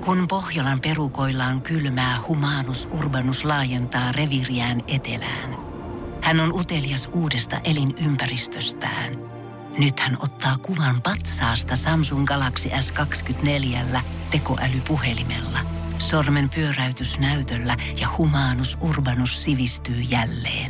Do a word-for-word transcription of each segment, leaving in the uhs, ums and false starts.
Kun Pohjolan perukoillaan kylmää, Humanus Urbanus laajentaa reviiriään etelään. Hän on utelias uudesta elinympäristöstään. Nyt hän ottaa kuvan patsaasta Samsung Galaxy S kaksikymmentäneljä tekoälypuhelimella. Sormen pyöräytys näytöllä ja Humanus Urbanus sivistyy jälleen.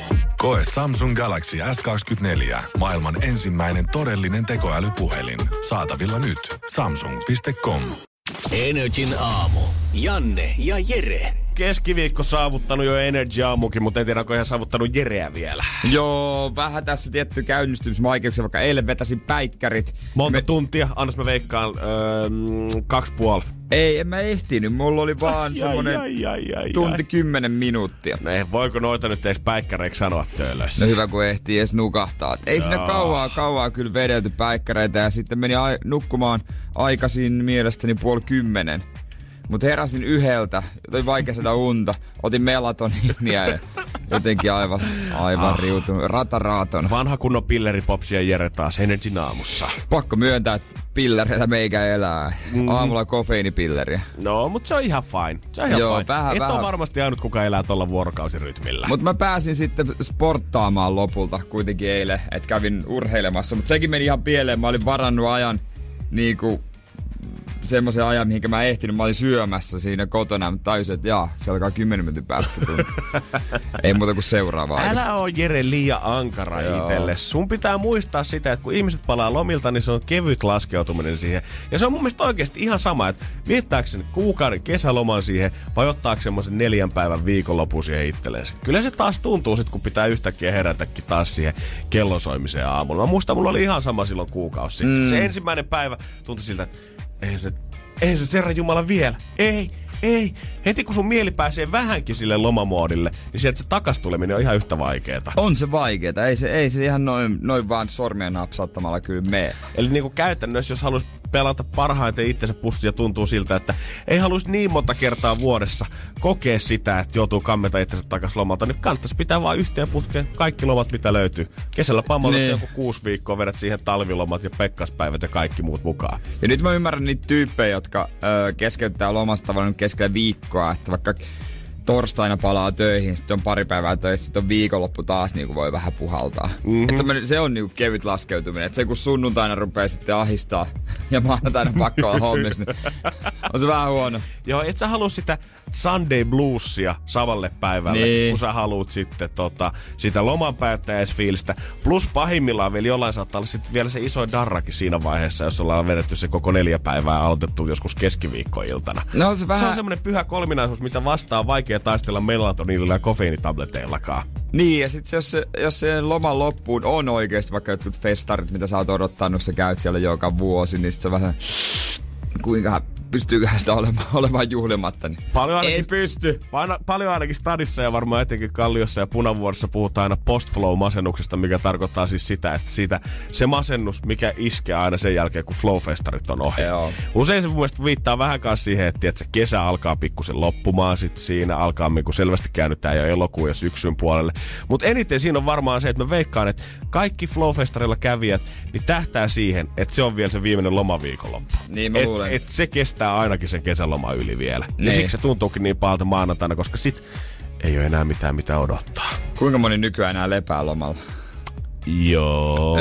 Koe Samsung Galaxy S kaksikymmentäneljä. Maailman ensimmäinen todellinen tekoälypuhelin. Saatavilla nyt. samsung piste com. Energin aamu. Janne ja Jere. Keskiviikko saavuttanut jo Energy aamukin, mutta en tiedä, onko ihan saavuttanut Jereä vielä. Joo, vähän tässä tietty käynnistymisvaikeuksia, vaikka eilen vetäsin päikkärit. Monta Me... tuntia? Annas mä veikkaan öö, kaksi puoli. Ei, en mä ehtinyt. Mulla oli vaan semmonen ai, ai, ai, tunti ai. kymmenen minuuttia. Ne, voiko noita nyt edes päikkäreiksi sanoa töölössä? No hyvä, kun ehtii edes nukahtaa. Ei Joo. Siinä kauaa, kauaa kyllä vedelty päikkäreitä ja sitten meni a- nukkumaan aikaisin mielestäni puoli kymmenen. Mut heräsin yhdeltä, oli vaikea saada unta, otin melatoniinia ja jotenkin aivan, aivan ah. riutunut, rataraaton. Vanha kunnon pilleripopsi ja Jere taas Energyn aamussa. Pakko myöntää, että pillereillä meikä elää. Mm. Aamulla kofeiinipilleriä. No, mut se on ihan fine. Se on ihan Joo, fine. Vähän, Et vähän. ole varmasti ainut, kuka elää tuolla vuorokausirytmillä. Mut mä pääsin sitten sporttaamaan lopulta kuitenkin eilen, että kävin urheilemassa. Mut sekin meni ihan pieleen. Mä olin varannut ajan niinku... semmoisen ajan, mihinkä mä ehtinyt, mä olin syömässä siinä kotona, mutta tajusin, että jaa, se alkaa kymmenen minuutin päästä se tunti. Ei muuta kuin seuraavaa. Älä oo Jere liian ankara itselle. Sun pitää muistaa sitä, että kun ihmiset palaa lomilta, niin se on kevyt laskeutuminen siihen. Ja se on mun mielestä oikeasti ihan sama, että viettääkö sen kuukauden kesäloman siihen vai ottaako semmoisen neljän päivän viikonlopun siihen itselleen. Kyllä se taas tuntuu sit, kun pitää yhtäkkiä herätäkin taas siihen kellonsoimiseen aamulla. Mä muistan, mulla oli ihan sama silloin kuukausi sitten. Mm. Se ensimmäinen päivä tuntui siltä, että ei se, ei se Herran Jumala vielä. Ei, ei. Heti kun sun mieli pääsee vähänkin sille lomamoodille, niin sieltä se takas tuleminen on ihan yhtä vaikeeta. On se vaikeeta. Ei se, ei se ihan noin, noin vaan sormia napsauttamalla kyllä mene. Eli niinku käytännössä, jos haluaisi pelata parhaiten itsensä pussiin ja tuntuu siltä, että ei haluaisi niin monta kertaa vuodessa kokea sitä, että joutuu kammeta itsensä takas lomalta, niin kannattaisi pitää vaan yhteen putkeen kaikki lomat, mitä löytyy. Kesällä pammalta niin. Joku kuusi viikkoa, vedät siihen talvilomat ja pekkaspäivät ja kaikki muut mukaan. Ja nyt mä ymmärrän niitä tyyppejä, jotka ö, keskeyttää lomasta tavallaan keskellä viikkoa, että vaikka torstaina palaa töihin, sitten on pari päivää töissä, sitten on viikonloppu taas niin kuin voi vähän puhaltaa. Mm-hmm. Että se on niin kuin kevyt laskeutuminen. Että se kun sunnuntaina rupeaa sitten ahistaa ja maanantaina pakko olla hommissa, niin on se vähän huono. Joo, et sä halua sitä Sunday bluesia samalle päivälle, niin. Kun sä haluut sitten tota, sitä loman päättäjäisfiilistä. Plus pahimmillaan vielä jollain saattaa olla sitten vielä se iso darrakin siinä vaiheessa, jos ollaan vedetty se koko neljä päivää aloitettu joskus keskiviikkoiltana. No, se, vähän... se on semmoinen pyhä kolminaisuus, mitä vastaan vaikea taistella melatonilla ja kofeiinitableteillakaan. Niin, ja sit jos se, jos se loman loppuun on oikeesti vaikka jotkut festarit, mitä sä oot odottanut, sä käyt siellä joka vuosi, niin sit se vähän... Kuinka pystyyköhän sitä olemaan, olemaan juhlimatta, niin paljon ainakin, ei pysty. Paino, paljon ainakin stadissa ja varmaan etenkin Kalliossa ja Punavuoressa puhutaan aina post-flow-masennuksesta, mikä tarkoittaa siis sitä, että siitä, se masennus, mikä iskee aina sen jälkeen, kun flow-festarit on ohi. Joo. Usein se mun mielestä viittaa vähän kanssa siihen, että, että se kesä alkaa pikkusen loppumaan, sit siinä alkaa, kun selvästi käännytään jo elokuun ja syksyn puolelle. Mutta eniten siinä on varmaan se, että mä veikkaan, että kaikki flow-festarilla kävijät niin tähtää siihen, että se on vielä se viimeinen lomaviikonloppu. Niin mä et, luulen. et se kestää ainakin sen kesäloma yli vielä. Niin. Ja Niin. siksi se tuntuukin niin pahalta maanantaina, koska sit ei ole enää mitään mitä odottaa. Kuinka moni nykyään enää lepää lomalla? Joo.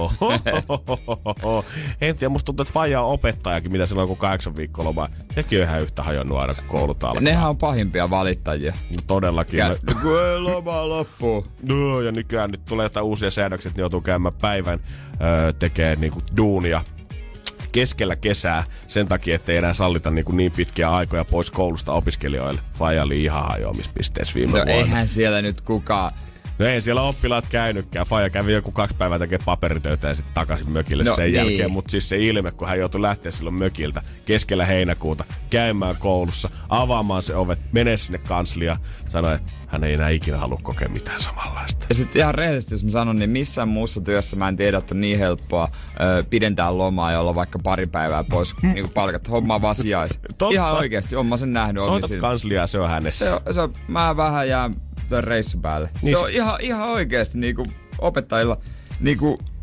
En tiedä, musta tuntuu, että faija on opettajakin, mitä silloin kun kahdeksan viikkoa lomaa. Sekin on ihan yhtä hajonnut aina, kun koulut alkaa. Nehän on pahimpia valittajia. No todellakin. Ja, kun ei lomaa loppuu. No, ja nykyään nyt tulee jotain uusia säädöksiä, että ne joutuu käymään päivän öö, tekee niinku duunia keskellä kesää sen takia, ettei enää sallita niin, niin pitkiä aikoja pois koulusta opiskelijoille. Faija oli ihan hajoamispisteessä viime no vuonna. eihän siellä nyt kukaan... No ei siellä oppilaat käynytkään. Faija kävi joku kaksi päivää tekemään paperitöitä ja sitten takaisin mökille no, sen niin. jälkeen. Mutta siis se ilme, kun hän joutui lähteä silloin mökiltä keskellä heinäkuuta käymään koulussa, avaamaan se ovet, menee sinne kansliaan, sanoi, että hän ei enää ikinä halua kokea mitään samanlaista. Ja sitten ihan rehellisesti, jos mä sanon, niin missään muussa työssä mä en tiedä, että on niin helppoa ö, pidentää lomaa ja olla vaikka pari päivää pois niin palkat. Hommaa vaan sijais. Ihan oikeesti, oon mä sen nähnyt. Soitat kansliaa, se on hänessä. Se on, se on, mä vähän jään reissun päälle. Niin se on ihan, ihan oikeesti niinku opettajilla niinku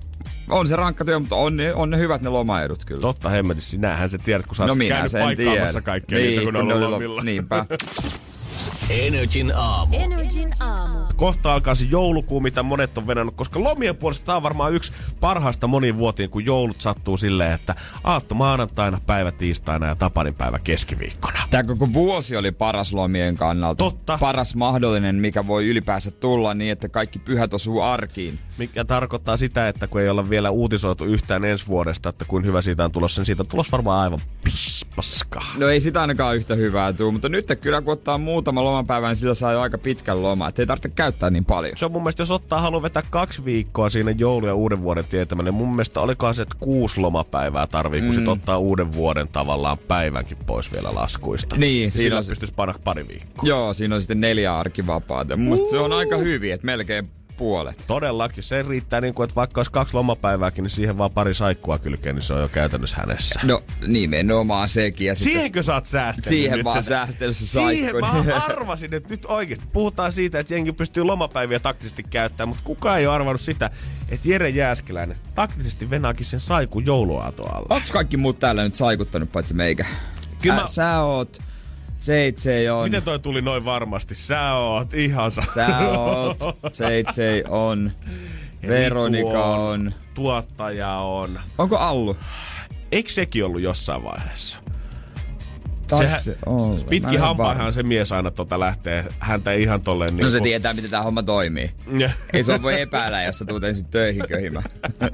on se rankka työ, mutta on ne, on ne hyvät ne lomaedut kyllä. Totta hemmetis, sinähän sä tiedät, kun sä no oot käynyt paikkaamassa kaikkea niin, niitä, kun kun ne on ollut lomilla. Niinpä. Energin aamu. Energin aamu. Kohta alkaa se joulukuu, mitä monet on venannut, koska lomien puolesta tää on varmaan yksi parhaista moniin vuotiin, kun joulut sattuu silleen, että aatto maanantaina, päivä tiistaina ja Tapanin päivä keskiviikkona. Tää koko vuosi oli paras lomien kannalta. Totta. Paras mahdollinen, mikä voi ylipäänsä tulla niin, että kaikki pyhät osuu arkiin. Mikä tarkoittaa sitä, että kun ei olla vielä uutisoitu yhtään ensi vuodesta, että kuin hyvä siitä on tulossa, niin siitä on tulossa varmaan aivan paska. No ei sitä ainakaan yhtä hyvää tuu, mutta nyt kyllä kun ottaa muutama lomapäivän, niin sillä saa jo aika pitkän lomaa, ettei tarvitse käyttää niin paljon. Se on mun mielestä, jos ottaa haluaa vetää kaksi viikkoa siinä joulu- ja uuden vuoden tietäminen, mun mielestä olikohan se, että kuusi lomapäivää tarvii, kun mm. sit ottaa uuden vuoden tavallaan päivänkin pois vielä laskuista. Niin, siinä on... pystyisi panna pari viikkoa. Joo, siinä on sitten neljä arkivapaata. Mun mielestä se on aika hyvin, että melkein puolet. Todellakin. Se riittää niin kuin, että vaikka olisi kaksi lomapäivääkin, niin siihen vaan pari saikkua kylkeen, niin se on jo käytännössä hänessä. No nimenomaan sekin. Ja siihenkö sä oot säästänyt? Siihen nyt vaan säästellyt se saikku. Siihen mä arvasin, että nyt oikeesti puhutaan siitä, että jengi pystyy lomapäiviä taktisesti käyttämään, mutta kukaan ei ole arvannut sitä, että Jere Jääskeläinen taktisesti venaakin sen saikun jouluaaton alla. Onks kaikki muut täällä nyt saikuttanut, paitsi meikä? Kyllä äh, mä... Sä oot... Seitsei on. Miten toi tuli noin varmasti? Sä oot ihansa. Sä oot. Seitsei on. Veronika on. on. Tuottaja on. Onko Allu? Eikö sekin ollut jossain vaiheessa? Tässä on. Pitkin hampaahan se mies aina tota lähtee. Häntä ei ihan tolleen niin. No se kun... tietää, miten tää homma toimii. Ei se voi epäillä, jos sä tuut ensin töihin köhimään.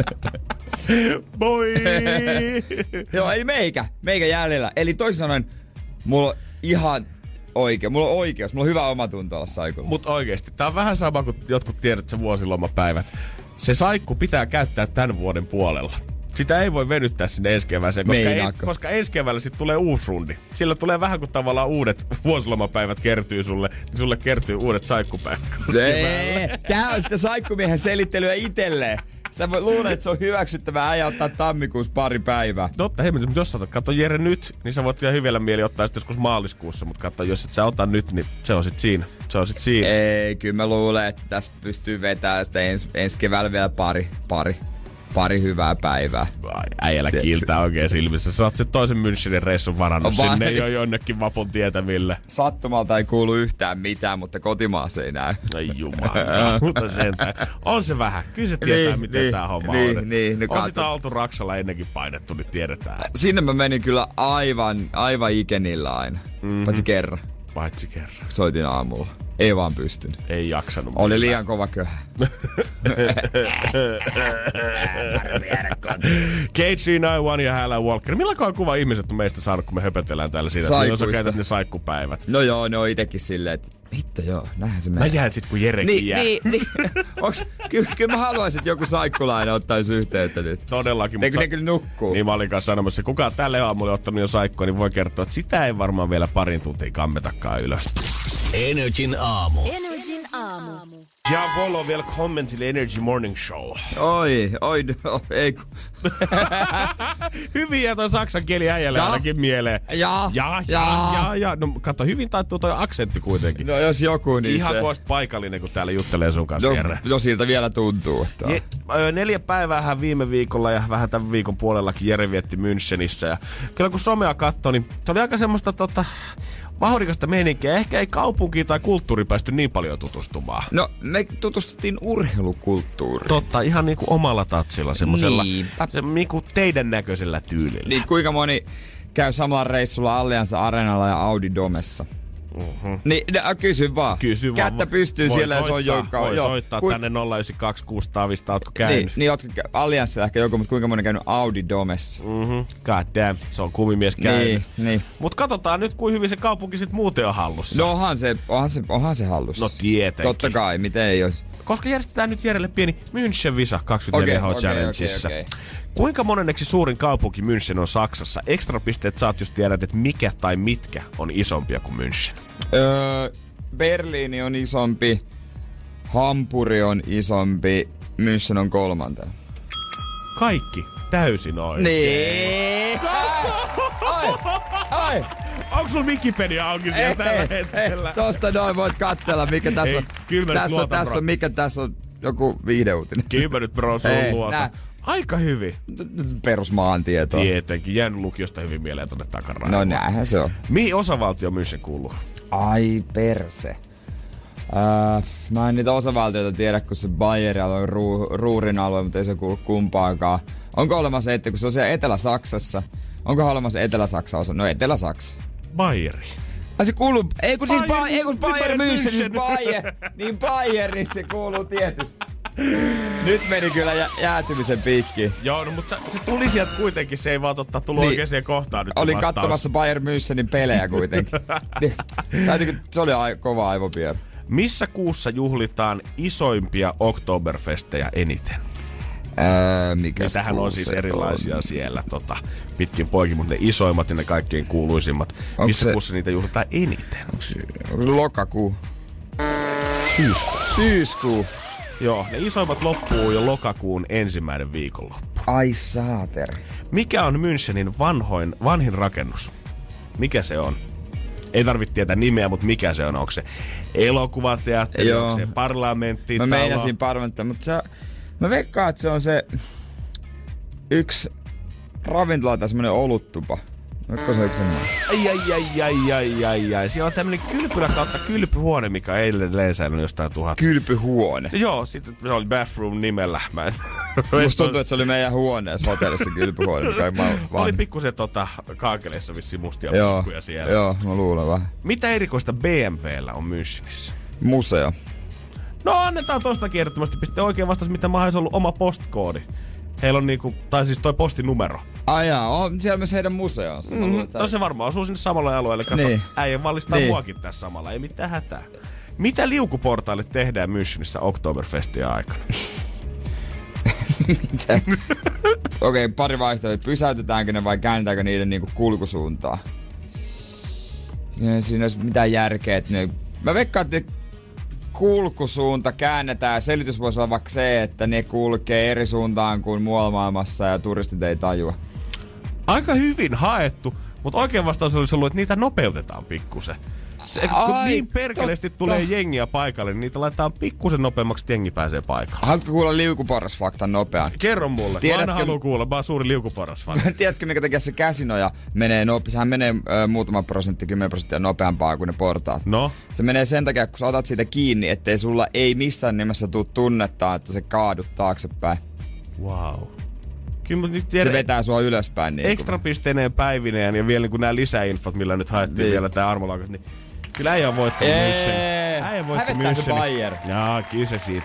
Moi! Joo, ei meikä. Meikä jäljellä. Eli toisin sanoen, mulla on ihan oikein. Mulla on oikeus. Mulla on hyvä omatunto olla saikulla. Mut oikeesti, tää on vähän sama kuin jotkut tiedät se vuosilomapäivät. Se saikku pitää käyttää tän vuoden puolella. Sitä ei voi venyttää sinne ensi kevääseen, koska, en, koska ensi keväällä sit tulee uusi rundi. Sillä tulee vähän kuin tavallaan uudet vuosilomapäivät kertyy sulle, niin sulle kertyy uudet saikkupäivät. Tää on sitä saikkumiehen selittelyä itselleen. Sä voi luulla, että se on hyväksyttävää äijä ottaa tammikuussa pari päivää. Totta, hei, mutta jos sä otat, katso Jere nyt, niin sä voit vielä hyvillä mieli ottaa sitten joskus maaliskuussa, mutta katso, jos et sä ota nyt, niin se on sit siinä. Se on sit siinä. Ei, kyllä mä luulen, että tässä pystyy vetämään sitä ens, ensi keväällä vielä pari, pari. Pari hyvää päivää. Ai, äijällä kiiltää oikein silmissä. Sä oot sen toisen Münchenin reissun varannut sinne va- jo jonnekin vapun tietämille. Sattumalta ei kuulu yhtään mitään, mutta kotimaassa ei näy. Ai jumala, mutta sentään. On se vähän. Kyllä se tietää, niin, miten niin, tää homma niin, on. Niin, on sitä oltu Raksalla ennenkin painettu, niin tiedetään. Sinne mä menin kyllä aivan, aivan ikenillä aina. Mm-hmm. Paitsi kerran. Paitsi kerran. Soitin aamulla. Ei vaan pystynyt. Ei jaksanut. Oli mitään. Liian kova köhä. K G yhdeksänkymmentäyksi ja Alan Walker. Milloinkaan kuva ihmiset on meistä saanut, kun me höpötellään täällä siitä, että jos sä käytät ne saikkupäivät. No joo, ne on itekin silleen, että hitto joo, näinhän se menee. Mä jään sit kun Jerekin niin, jää. Niin, niin. Onks, kyllä, kyllä mä haluaisin, että joku saikkulainen ottaisi yhteyttä nyt. Todellakin. Ne, ne kyllä nukkuu. Niin mä olin kanssa sanomassa, että kukaan tälle aamulle ottanut jo saikkoa, niin voi kertoa, että sitä ei varmaan vielä parin tuntia kammetakaan ylös. Energin aamu. Energin aamu. Ja Volo vielä kommentille Energy Morning Show. Oi, oi, no, ei ku... Hyvin ja toi saksan kieli äijälle ainakin mieleen. Ja, ja, ja, ja, ja. No kato, hyvin taittuu toi aksentti kuitenkin. No jos joku, niin ihan se... kuin paikallinen, kun täällä juttelee sun kanssa, no, Jere. no siltä vielä tuntuu. Että... Je, neljä päiväähän viime viikolla ja vähän tämän viikon puolellakin Jere vietti Münchenissä. Ja kyllä kun somea katsoi, niin se oli aika semmoista tota... vauhdikasta meininkiä. Ehkä ei kaupunkiin tai kulttuuriin päästy niin paljon tutustumaan. No, me tutustuttiin urheilukulttuuriin. Totta, ihan niinku omalla tatsilla, semmosella niin. se, niinku teidän näköisellä tyylillä. Niin, kuinka moni käy samalla reissulla Allianz Arenalla ja Audi Domessa? Uh-huh. Niin, äh, kysy vaan. Kysy Kättä vaan. pystyy siellä ja se on joukkoa. Voi joo. soittaa Kui... tänne nolla yhdeksän kaksi kuusi Tavista, ootko käynyt? Niin, niin ootko Allianzilla ehkä joku, mutta kuinka moni käynyt Audi Domessa? Mhm. God damn, se on kumimies käynyt. Niin, niin. Mut katsotaan nyt, kuin hyvin se kaupunki sit muuten on hallussa. No onhan se, onhan se, onhan se hallussa. No tietenkin. Totta kai, miten ei ois. Koska järjestetään nyt Jerelle pieni München-visa kaksikymmentäneljä H Challengeissa. Okay, okay, okay. Kuinka monenneksi suurin kaupunki München on Saksassa? Ekstrapisteet saat, jos tiedät, että mikä tai mitkä on isompia kuin München. Öö, Berliini on isompi, Hampuri on isompi, München on kolmanteen. Kaikki täysin oikein. Niin. Ai, ai. Onko sulla Wikipedia auki siellä tällä hetkellä? Ei, tosta noin voit katsella, mikä tässä on. Tässä on, tässä on, mikä tässä on joku viihdeuutinen. Kyllä nyt bro, sun luota. Aika hyvin. Perusmaantietoa. Tietenkin. Jäänyt lukiosta hyvin mieleen tonne takaraivoon. No näinhän se on. Mihin osavaltio München kuuluu? Ai perse. Äh, mä en niitä osavaltioita tiedä, kun se Bayern on ruu, Ruurin alue, mutta ei se kuulu kumpaakaan. Onko olemassa, että kun se on siellä Etelä-Saksassa, onko olemassa Etelä-Saksa osa? No Etelä-Saksa. Bayern. Ai se kuuluu, ei kun siis Bayern, Bayern, ei kun Bayern Bayern München, siis München. Bayern, niin Bayern, se kuuluu tietysti. Nyt meni kyllä jä, jäätymisen piikkiin. Joo, no, mutta se, se tuli sieltä kuitenkin, se ei vaan totta tullut Niin. oikeaan kohtaan nyt. Olin vastaus. katsomassa Bayern Münchenin pelejä kuitenkin. Niin, täytyykö, se oli ai, kova aivopierro. Missä kuussa juhlitaan isoimpia Oktoberfestejä eniten? Öö, mikä Niitähän on siis erilaisia on? Siellä tota, pitkin poikin, mutta ne isoimmat ja ne kaikkein kuuluisimmat. Onko Missä se... kuussa niitä juhlitaan eniten? Onko se, onko se lokakuu? Syyskuu. Syyskuu. Joo, ne isoimmat loppuu jo lokakuun ensimmäinen viikonloppu. Ai saater. Mikä on Münchenin vanhoin, vanhin rakennus? Mikä se on? Ei tarvitse tietää nimeä, mutta mikä se on? Onko se elokuvateatteri, Joo. onko se parlamentti, Mä talo? meinasin parlamenttia, mutta se, mä veikkaan, että se on se yksi ravintola tai semmonen oluttupa. Onko se yksi semmoinen? Ai, ai, ai, ai, ai, ai, ai. Siellä on tämmönen kylpylä kautta kylpyhuone, mikä on eilen säilynyt jostain tuhat. Kylpyhuone. Joo, sitten se oli bathroom nimellä. Mä en... Musta tuntuu, että se oli meidän huoneessa hotellissa kylpyhuone, mikä ei mä Oli pikkusen tota, kaakeleissa vissiin mustia Joo, pikkuja siellä. joo, mä luulen vähän. Mitä erikoista B M W:llä on Münchenissä? Museo. No annetaan tosta kierrättömästi. Piste oikein vastaus, mitä mä olisi ollut oma postkoodi. Heillä on niinku, tai siis toi postinumero. Ai jaa, on siellä myös heidän museonsa. Mm, no se varmaan osuu sinne samalle alueelle. Kato, Niin. äijä valistaa Niin. muakin tässä samalla, ei mitään hätää. Mitä liukuportaille tehdään Münchenissä Oktoberfestia aikana? Mitä? Okei, okay, pari vaihtoehtoa. Pysäytetäänkö ne vai käännetäänkö niiden niinku kulkusuuntaa? Ja siinä olisi mitään järkeä, että ne... Mä veikkaan, että kulkusuunta käännetään. Selitys voisi olla vaikka se, että ne kulkee eri suuntaan kuin muualla maailmassa ja turistit ei tajua. Aika hyvin haettu, mutta oikein vastaus olisi ollut, että niitä nopeutetaan pikkusen. Se, kun Ai, niin perkeleesti totta. tulee jengiä paikalle, niin niitä laitetaan pikkusen nopeammaksi, että jengi pääsee paikalle. Haluatko kuulla liukuporrasfaktan nopean? Kerro mulle, Tiedätkö- mä en halua kuulla, mä oon suuri liukuporrasfani. Tiedätkö, minkä takia se käsinoja menee nopeasti? Sehän menee ö, muutama prosentti, kymmenen prosenttia nopeampaa kuin ne portaat. No? Se menee sen takia, kun sä otat siitä kiinni, ettei sulla ei missään nimessä tuu tunnetta, että se kaadut taaksepäin. Wow. Kyllä mä nyt Se tiedän, vetää sua ylöspäin. Niin ekstrapisteineen päivineen ja vielä niin nämä lisäinfot, millä nyt haettiin Niin. vielä tää armolaukas, niin kyllä äijä on voittanut Ee, München. Äijä on voittanut hävettää se Münchenin. Bayern. Jaa, kyllä se siitä.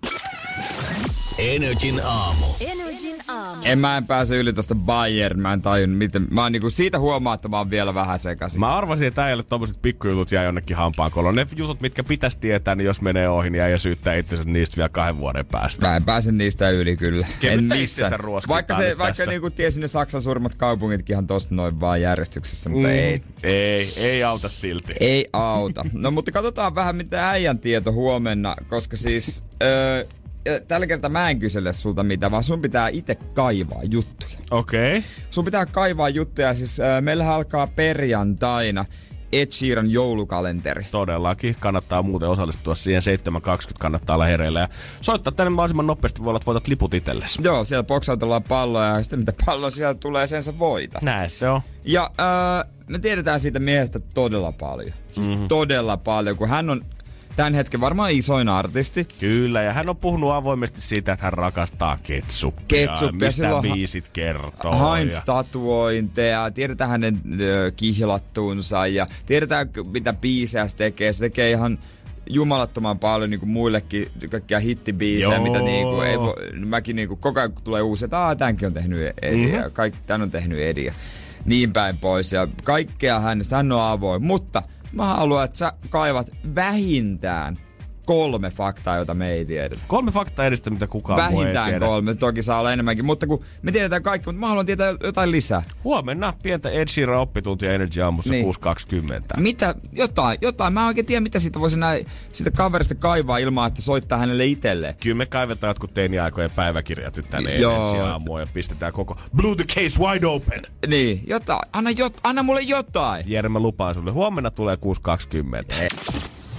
Energin aamu. Energin aamu. En mä en pääse yli tosta Bayern, mä en tajun miten. Mä oon niinku siitä huomaa, että mä oon vielä vähän sekaisin. Mä arvasin, että äijälle tommoset pikkujutut jää jonnekin hampaankoloon. Ne jutut, mitkä pitäisi tietää, niin jos menee ohi, niin äijä syyttää itsensä niistä vielä kahden vuoden päästä. Mä en pääse niistä yli kyllä. Kevyttä En itsensä missään. ruoskittaa Vaikka, nyt se, vaikka tässä. niinku tiesin ne Saksan suurimmat kaupungitkin ihan tosta noin vaan järjestyksessä, mutta Mm. ei. Ei, ei auta silti. Ei auta. No mutta katsotaan vähän mitä äijän tieto huomenna, koska siis öö, tällä kertaa mä en kysele sulta mitään, vaan sun pitää itse kaivaa juttuja. Okei. Okay. Sun pitää kaivaa juttuja, siis öö, meillähän alkaa perjantaina Ed Sheeran joulukalenteri. Todellakin. Kannattaa muuten osallistua siihen. seitsemän kaksikymmentä kannattaa olla hereillä. Ja soittaa tänne mahdollisimman nopeasti. Voi olla, että voitat liput itsellesi. Joo, siellä boksautellaan palloja ja sitten mitä pallo siellä tulee, sen sä voitat. Näin se on. Ja öö, me tiedetään siitä miehestä todella paljon. Siis mm-hmm. todella paljon, kun hän on tämän hetken varmaan isoin artisti. Kyllä, ja hän on puhunut avoimesti siitä, että hän rakastaa ketsuppia. Ketsuppia, Mistä silloin ha- biisit kertoo. Heinz-tatuointeja, tiedetään hänen ö, kihlattuunsa ja tiedetään mitä biisejä se tekee. Se tekee ihan jumalattoman paljon niinku muillekin kaikkia hittibiisejä, Joo. mitä niinku, ei vo, mäkin niinku, koko ajan tulee uusia, että aah, tämänkin on tehnyt Edi Mhm. ja kaikki tän on tehnyt Edi ja niin päin pois ja kaikkea hänestä, hän on avoin, mutta mä haluan, että sä kaivat vähintään kolme faktaa, jota me ei tiedetä. Kolme faktaa edestä, mitä kukaan muu ei Vähintään tiedä. kolme, toki saa olla enemmänkin, mutta kun me tiedetään kaikki, mutta mä haluan tietää jotain lisää. Huomenna pientä Ed Sheeran oppituntia Energy aamussa Niin. kuusi kaksikymmentä. Mitä? Jotain, jotain. Mä en oikein tiedä, mitä siitä voisi näin, siitä kaverista kaivaa ilman, että soittaa hänelle itselleen. Kyllä me kaivetaan jotkut teiniaikojen päiväkirjat nyt tänne Joo. Energy aamuun ja pistetään koko Blew the case wide open. Niin, jotain. Anna, jot, anna mulle jotain. Jere, mä lupaan sulle. Huomenna tulee kuusi kaksikymmentä.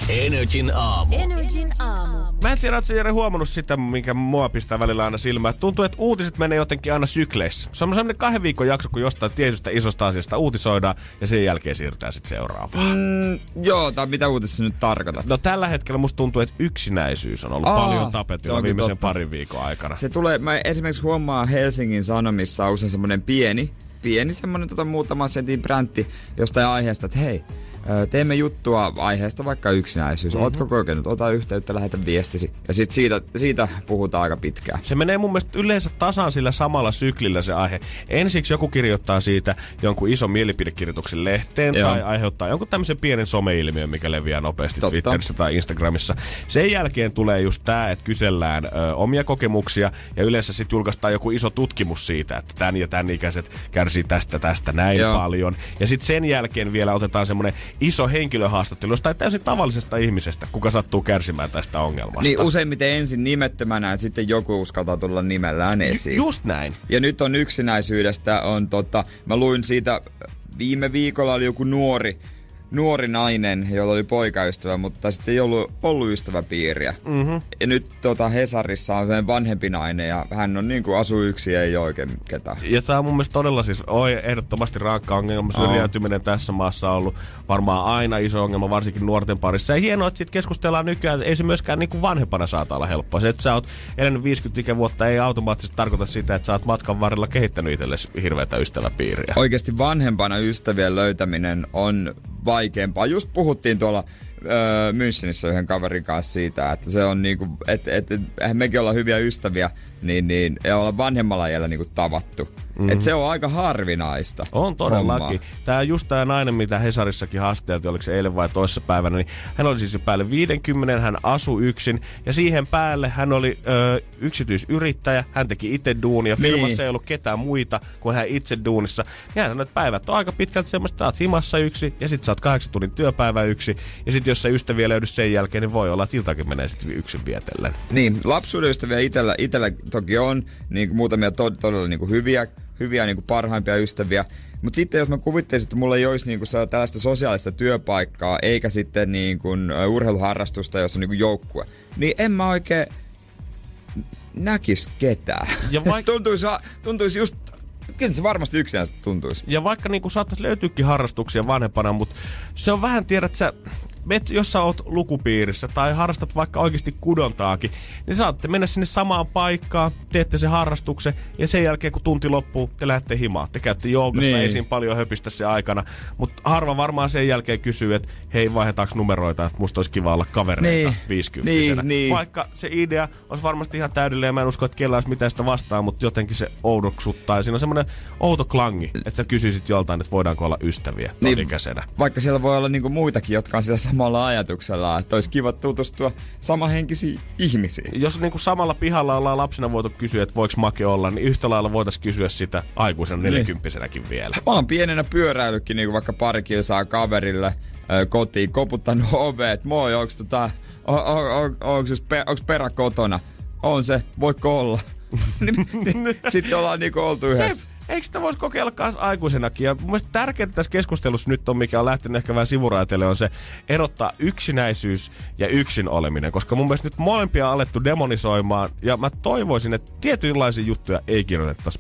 Energin aamu. Energin aamu. Mä en tiedä, ootko Jere huomannut sitä, minkä mua pistää välillä aina silmään. Tuntuu, että uutiset menee jotenkin aina sykleissä. Se on sellainen kahden viikon jakso, kun jostain tietystä isosta asiasta uutisoidaan ja sen jälkeen siirrytään sitten seuraavaan. Mm, joo, tai mitä uutisessa nyt tarkoitat? No tällä hetkellä musta tuntuu, että yksinäisyys on ollut Aa, paljon tapetilla viimeisen totta. parin viikon aikana. Se tulee, mä esimerkiksi huomaan Helsingin Sanomissa on usein semmonen pieni, pieni semmonen tota muutaman sentin bräntti jostain aiheesta, että hei, teemme juttua aiheesta vaikka yksinäisyys. Mm-hmm. Ootko kokenut? Ota yhteyttä, lähetä viestisi. Ja sit siitä, siitä puhutaan aika pitkään. Se menee mun mielestä yleensä tasan sillä samalla syklillä se aihe. Ensiksi joku kirjoittaa siitä jonkun ison mielipidekirjoituksen lehteen Joo. tai aiheuttaa jonkun tämmöisen pienen someilmiön, mikä leviää nopeasti Totta. Twitterissä tai Instagramissa. Sen jälkeen tulee just tää, että kysellään ö, omia kokemuksia ja yleensä sit julkaistaan joku iso tutkimus siitä, että tän ja tän ikäiset kärsii tästä tästä näin Joo. paljon. Ja sit sen jälkeen vielä otetaan semmonen iso henkilöhaastattelu jostain täysin tavallisesta ihmisestä, kuka sattuu kärsimään tästä ongelmasta. Niin useimmiten ensin nimettömänä ja sitten joku uskaltaa tulla nimellään esiin. Ju- just näin. Ja nyt on yksinäisyydestä, on tota, mä luin siitä, viime viikolla oli joku nuori, nuori nainen, jolla oli poikaystävä, mutta sitten ei ollut, ollut ystäväpiiriä. Mm-hmm. Ja nyt tota, Hesarissa on vanhempi nainen ja hän on niin kuin asuu yksin ja ei oikein ketään. Ja tää on mun mielestä todella siis oi, ehdottomasti rankka ongelma. Syrjäytyminen tässä maassa on ollut varmaan aina iso ongelma, varsinkin nuorten parissa. Ja hienoa, että sit keskustellaan nykyään, ei se myöskään niin kuin vanhempana saata olla helppoa. Se, että sä oot elänyt viisikymmentä ikävuotta, ei automaattisesti tarkoita sitä, että sä oot matkan varrella kehittänyt itsellesi hirveätä ystäväpiiriä. Oikeasti vanhempana ystävien löytäminen on vaikeampaa. Just puhuttiin tuolla öö, Münchenissä yhden kaverin kanssa siitä, että se on niinku, että et, et, et, mekin ollaan hyviä ystäviä, niin, niin ja ollaan vanhemmalla iällä niinku tavattu. Mm-hmm. Että se on aika harvinaista. On todellakin. Hommaa. Tää just tää nainen, mitä Hesarissakin haasteltiin, oliko se eilen vai toissa päivänä, niin hän oli siis jo päälle viisikymmentä, hän asui yksin ja siihen päälle hän oli ö, yksityisyrittäjä, hän teki itse duunia, firmassa niin. Ei ollut ketään muita kuin hän itse duunissa. Ja hän sanoi, että päivät on aika pitkälti semmoista, että oot himassa yksi ja sit sä oot kahdeksan tunnin työpäivä yksi ja sit jos se ystäviä löydy sen jälkeen, niin voi olla, että iltakin menee sitten yksin vietellen. Niin, lapsuuden ystäviä itellä, itellä toki on niin muutamia to, todella niin kuin hyviä, hyviä niin kuin parhaimpia ystäviä. Mutta sitten jos mä kuvittelisin, että mulla ei olisi niin kuin tällaista sosiaalista työpaikkaa, eikä sitten niin kuin urheiluharrastusta, jos on niin kuin joukkue, niin en mä oikein näkisi ketään. Ja vaikka... tuntuisi, tuntuisi just... Kyllä se varmasti yksinäistä tuntuisi. Ja vaikka niinku saattaisi löytyykin harrastuksia vanhempana, mutta se on vähän, tiedät sä, met, jos sä oot lukupiirissä tai harrastat vaikka oikeasti kudontaakin, niin saatte mennä sinne samaan paikkaan, teette sen harrastuksen ja sen jälkeen kun tunti loppuu, te lähdette himaan. Te käytte joogassa, niin. Ei siinä paljon höpistä se aikana, mutta harva varmaan sen jälkeen kysyy, että hei, vaihdetaanko numeroita, että musta olisi kiva olla kavereita niin. viisikymppisenä. Niin, niin. Vaikka se idea olisi varmasti ihan täydellinen ja mä en usko, että kellään olisi mitään sitä vastaan, mutta jotenkin se oudoksuttaa ja siinä on semmoinen outo klangi, että sä kysyisit joltain, että voidaanko olla ystäviä niin, ikäisenä. Vaikka siellä voi olla niinku muitakin, jotka on sillä samalla ajatuksella, että olisi kiva tutustua samahenkisiin ihmisiin. Jos niinku samalla pihalla ollaan lapsena voitu kysyä, että voiko make olla, niin yhtä lailla voitaisiin kysyä sitä aikuisen neljäkymppisenäkin vielä. Mä oon pienenä pyöräillytkin niinku vaikka pari kilsaa kaverille äh, kotiin, koputtanut oveet. Moi, onks tota, on, on, on, onks, onks perä kotona? On se, voiko olla? Sitten ollaan niinku oltu yhdessä. Eikö sitä voisi kokeilla kans aikuisenakin? Ja mun mielestä tärkeintä tässä keskustelussa nyt on, mikä on lähtenyt ehkä vähän sivuraiteille, on se erottaa yksinäisyys ja yksin oleminen. Koska mun mielestä nyt molempia on alettu demonisoimaan. Ja mä toivoisin, että tietynlaisia juttuja ei kirjoitettaisi.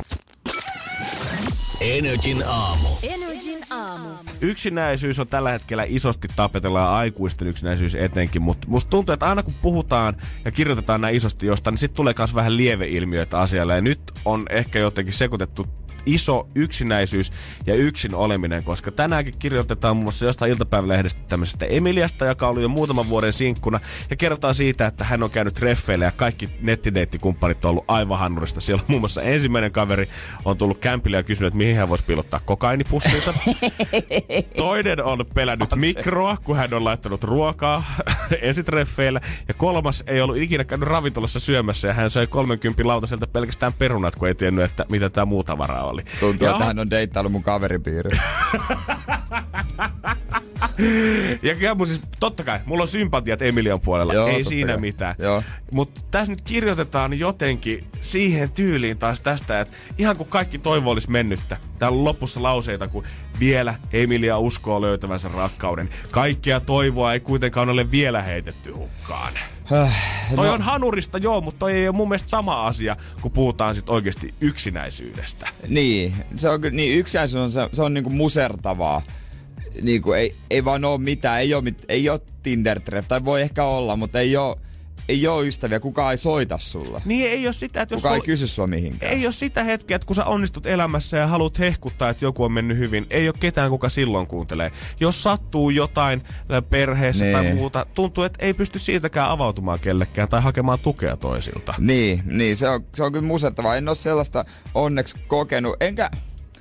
Energin aamu. Energin aamu. Yksinäisyys on tällä hetkellä isosti tapetella, aikuisten yksinäisyys etenkin, mutta musta tuntuu, että aina kun puhutaan ja kirjoitetaan näin isosti jostain, niin sit tulee myös vähän lieveilmiöitä asialle. Ja nyt on ehkä jotenkin sekoitettu iso yksinäisyys ja yksin oleminen, koska tänäänkin kirjoitetaan muun muassa jostain iltapäivälehdestä tämmöisestä Emiliasta, joka oli jo muutaman vuoden sinkkuna, ja kerrotaan siitä, että hän on käynyt treffeillä ja kaikki nettideittikumppanit on ollut aivan hannurista. Siellä on muun muassa ensimmäinen kaveri on tullut kämpille ja kysynyt, että mihin hän voisi pilottaa kokainipussinsa. Toinen on pelännyt mikroa, kun hän on laittanut ruokaa ensitreffeillä, ja kolmas ei ollut ikinä käynyt ravintolassa syömässä, ja hän söi kolmenkympin lautaselta pelkästään perunat, kun ei tiennyt, että mitä tämä muu tavaraa oli. Tuntuu, ja että hän on deittailu mun kaveripiirissä. Ja kyllä mun siis, totta kai, mulla on sympatiat Emilian puolella, Joo, ei siinä kai. mitään. Joo. Mutta tässä nyt kirjoitetaan jotenkin siihen tyyliin taas tästä, että ihan kun kaikki toivo olisi mennyttä. Täällä on lopussa lauseita, kun vielä Emilia uskoo löytävänsä rakkauden. Kaikkea toivoa ei kuitenkaan ole vielä heitetty hukkaan. Äh, toi no. on hanurista joo, mutta toi ei ole mun mielestä sama asia, kun puhutaan sit oikeesti yksinäisyydestä. Niin, se on kyllä, niin yksinäisyys on, se, se on niinku musertavaa. Niinku ei, ei vaan oo mitään, ei oo, mit, ei oo Tinder-treff, tai voi ehkä olla, mutta ei oo, ei oo ystäviä, kukaan ei soita sulla. Niin ei oo sitä, että jos kukaan sul... ei kysy sua mihinkään. Ei oo sitä hetkeä, että kun sä onnistut elämässä ja haluat hehkuttaa, että joku on mennyt hyvin, ei oo ketään, kuka silloin kuuntelee. Jos sattuu jotain perheessä niin. tai muuta, tuntuu, että ei pysty siitäkään avautumaan kellekään tai hakemaan tukea toisilta. Niin, niin se, on, se on kyllä musertavaa. En oo sellaista onneksi kokenut, enkä...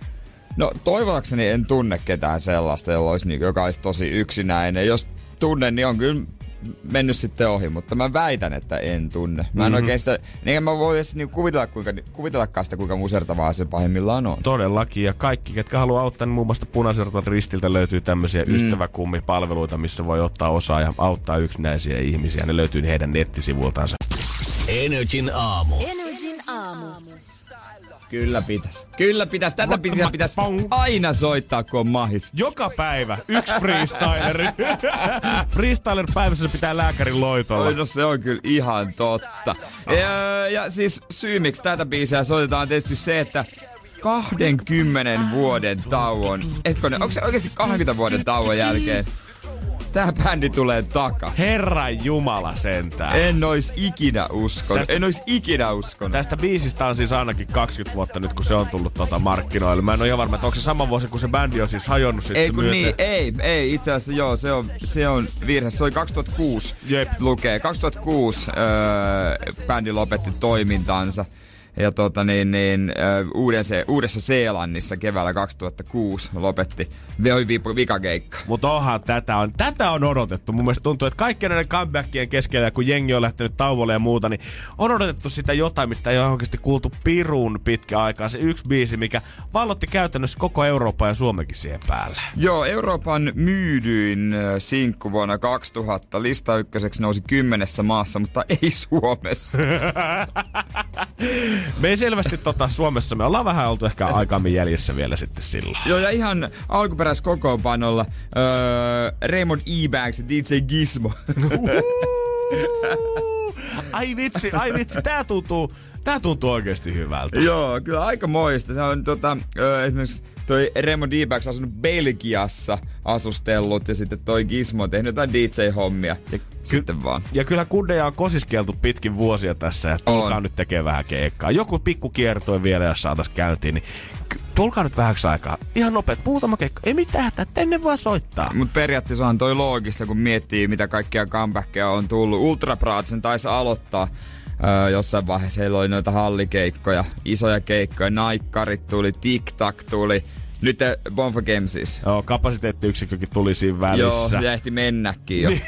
No toivotakseni en tunne ketään sellaista, jolla olisi, joka olisi tosi yksinäinen. Jos tunnen, niin on kyllä mennyt sitten ohi, mutta mä väitän, että en tunne. Mä en mm-hmm. oikein sitä, enkä mä voi edes niinku kuvitella, kuinka, kuvitellakaan sitä, kuinka musertavaa se pahimmillaan on. Todellakin, ja kaikki, ketkä haluaa auttaa, niin muun muassa Punaiselta Ristiltä löytyy tämmöisiä mm. ystäväkummipalveluita, missä voi ottaa osaa ja auttaa yksinäisiä ihmisiä. Ne löytyy heidän nettisivultaansa. Energin aamu. Energin aamu. Kyllä pitäis. Kyllä pitäis. Tätä pitäis, pitäis aina soittaa, kun on mahis. Joka päivä yksi freestyleri. Freestyler-päivässä pitää lääkärin loitolla. Oi, no se on kyllä ihan totta. Ja, ja siis syy, miksi tätä biisiä soitetaan tietysti se, että kaksikymmentä vuoden tauon, etkö ne, onko se oikeasti kaksikymmentä vuoden tauon jälkeen tää bändi tulee takas? Herran jumala sentään. En ois ikinä uskonut. Tästä, en ois ikinä uskonut. Tästä biisistä on siis ainakin kaksikymmentä vuotta nyt, kun se on tullut tota markkinoille. Mä en ole ihan varma, että onko se sama vuosi, kun se bändi on siis hajonnut sitten Ei kun myöten. niin, ei, ei. Itse asiassa joo, se on, se on virhe. Se oli kaksituhattakuusi Jep. lukee. kaksituhattakuusi öö, bändi lopetti toimintansa. Ja tota niin, niin Uudessa, Uudessa Seelannissa keväällä kaksituhattakuusi lopetti vikakeikka. Mutta onhan tätä on, tätä on odotettu. Mun mielestä tuntuu, että kaikkien näiden comebackien keskellä, kun jengi on lähtenyt tauolle ja muuta, niin on odotettu sitä jotain, mistä ei ole oikeasti kuultu pirun pitkä aikaa. Se yksi biisi, mikä vallotti käytännössä koko Euroopan ja Suomenkin siihen päälle. Joo, Euroopan myydyin sinkku vuonna kaksituhatta. Lista ykköseksi nousi kymmenessä maassa, mutta ei Suomessa. Me ei selvästi tota, Suomessa, me ollaan vähän oltu ehkä aikammin jäljessä vielä sitten silloin. Joo, ja ihan alkuperäiskokoonpanolla öö, Raymond E-Banks ja D J Gizmo. Ai vitsi, ai vitsi, tää tuntuu, tää tuntuu oikeesti hyvältä. Joo, kyllä aika moista. Se on tota, öö, esimerkiksi toi Raymond E-Banks asunut Belgiassa asustellut ja sitten toi Gizmo on tehnyt jotain D J-hommia. Ja sitten ky- vaan. Ja kyllä kundeja on kosiskeltu pitkin vuosia tässä ja tulkaa on. Nyt tekee vähän keikkaa. Joku pikku kiertoi vielä, jos saatais käyntiin, niin k- tulkaa nyt vähäksi aikaa. Ihan nopeet, muutama keikka. Ei mitään hätää, tänne vaan soittaa. Mut periaatteessa on toi loogista, kun miettii mitä kaikkia comebackeja on tullut. Ultra Bratsen taisi aloittaa. Öö, jossain vaiheessa heillä oli noita hallikeikkoja, isoja keikkoja, naikkarit tuli, TikTok tuli. Nyt Bonfa Games siis. Joo, kapasiteettiyksikkökin tuli siinä välissä. Joo, ja ehti mennäkin jo.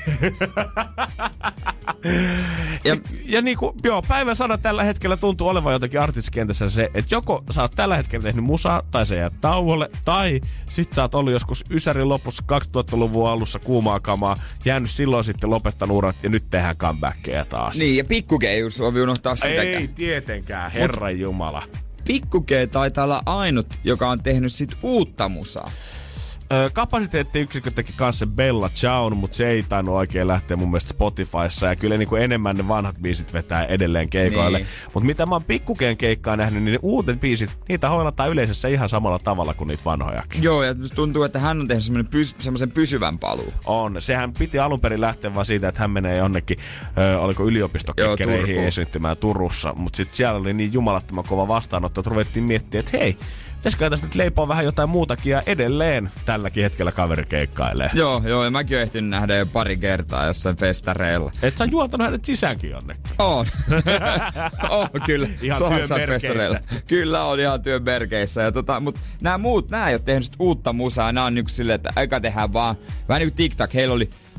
ja, ja niinku, joo, päivän sana tällä hetkellä tuntuu olevan jotenkin artistikentässä se, että joko sä oot tällä hetkellä tehnyt musaa, tai se jää tauolle, tai sit sä oot ollut joskus Ysärin lopussa kaksituhattaluvun alussa kuumaa kamaa, jäänyt silloin sitten lopettanut urat, ja nyt tehdään comebackeja taas. Niin, ja Pikku G ei sovi unohtaa sitäkään. Ei tietenkään, herran jumala. Pikku G taitaa olla ainut, joka on tehnyt sit uutta musaa. Öö, kapasiteettiyksikkö teki kanssa Bella Ciaon, mutta se ei tainnut oikein lähteä mun mielestä Spotifyssa. Ja kyllä niin kuin enemmän ne vanhat biisit vetää edelleen keikoille. Niin. Mutta mitä mä oon Pikkukeen keikkaa nähnyt, niin ne uudet biisit, niitä hoilataan yleisössä ihan samalla tavalla kuin niitä vanhojakin. Joo, ja tuntuu, että hän on tehnyt semmoinen pys- semmoisen pysyvän paluu. On. Sehän piti alun perin lähteä vaan siitä, että hän menee jonnekin, öö, oliko yliopistokekkereihin esiintymään Turussa. Mutta sitten siellä oli niin jumalattoman kova vastaanotto, että ruvettiin miettimään, että hei, pitäisikö tästä nyt leipoa vähän jotain muutakin, ja edelleen tälläkin hetkellä kaveri keikkailee. Joo, joo, ja mäkin oon ehtinyt nähdä jo pari kertaa jossain festareilla. Et sä juontanut hänet sisäänkin jonnekin? On. on kyllä. Ihan työn merkeissä. Kyllä on ihan työn merkeissä. Ja tota, mut nämä muut, nämä ei ole tehnyt uutta musaa. Nämä on niinku silleen, että aika tehdään vaan, vähän niinku TikTok. Heillä oli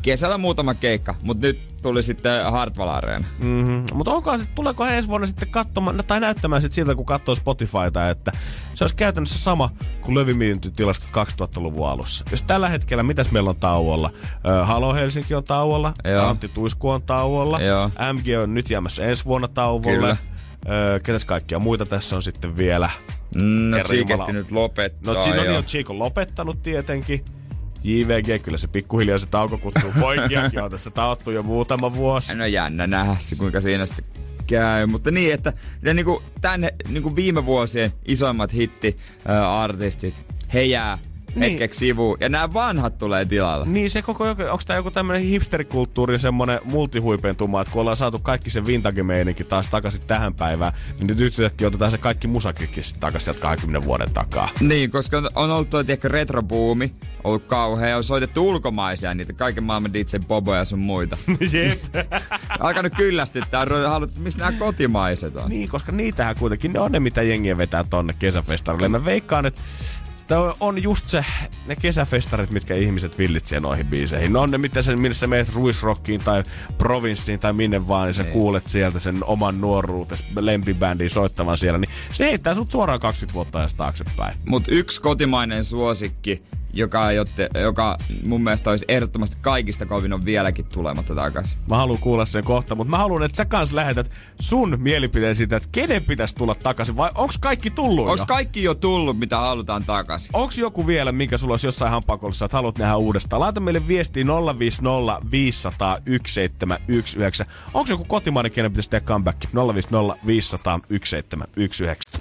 kesällä muutama keikka, mutta nyt tuli sitten Hartwall Areena. Mm-hmm. Mutta onko se, tuleeko he ensi vuonna sitten katsomaan, tai näyttämään sit siltä, kun katsoo Spotifyta, että se olisi käytännössä sama kuin levymyyntilastot kaksituhattaluvun alussa. Jos tällä hetkellä, mitäs meillä on tauolla? Ö, Halo Helsinki on tauolla, Joo. Antti Tuisku on tauolla, Joo. M G on nyt jäämässä ensi vuonna tauolle. Kyllä. Öö, ketäs kaikkia muita tässä on sitten vielä? No Chiiketti nyt lopettaa. No, no niin on Chiik on lopettanut tietenkin. J V G, kyllä se pikkuhiljaa se tauko kutsuu poikiakin. On tässä taottu jo muutama vuosi. No jännä nähdä se, kuinka siinä sitten käy. Mutta niin, että ne niinku, tämän niinku viime vuosien isoimmat hitti-artistit, he jää niin hetkeksi sivuun. Ja nämä vanhat tulee tilalla. Niin, se koko, onko tää joku tämmönen hipsterikulttuurin semmonen multihuipentuma, että kun ollaan saatu kaikki se vintage-meininki taas takaisin tähän päivään, niin nyt yhtäkkiä otetaan se kaikki musakikki takaisin sieltä kaksikymmentä vuoden takaa. Niin, koska on, on ollut toi tiedäkö retrobuumi, ollut kauhea, on soitettu ulkomaisia, niitä kaiken maailman D J Boboja ja sun muita. Jep. Alkanut kyllästyttää, haluat, missä nämä kotimaiset on. Niin, koska niitähän kuitenkin, ne on ne, mitä jengiä vetää tonne kesäfestarille. Mä veikkaan, että on just se, ne kesäfestarit, mitkä ihmiset villitsee noihin biiseihin. Ne on ne, mitä sen, minne sä meet Ruisrockiin tai Provinssiin tai minne vaan, niin sä ei. kuulet sieltä sen oman nuoruutes lempibändiin soittavan siellä. Niin se heittää sut suoraan kaksikymmentä vuotta ajasta taaksepäin. Mut yksi kotimainen suosikki, joka, jotte, joka mun mielestä olisi ehdottomasti kaikista kovin, on vieläkin tulematta takaisin. Mä haluan kuulla sen kohta, mutta mä haluan, että sä kans lähetät sun mielipiteen siitä, että kenen pitäisi tulla takaisin, vai onks kaikki tullut onks jo? kaikki jo tullut, mitä halutaan takaisin? Onks joku vielä, minkä sulla olisi jossain hampaakoulussa, että haluat nähdä uudestaan? Laita meille viestiä nolla viisi nolla viisi nolla nolla yksi seitsemän yksi yhdeksän. Onks joku kotimainen, kenen pitäisi tehdä comeback? nolla viisi nolla viisi nolla nolla yksi seitsemän yksi yhdeksän.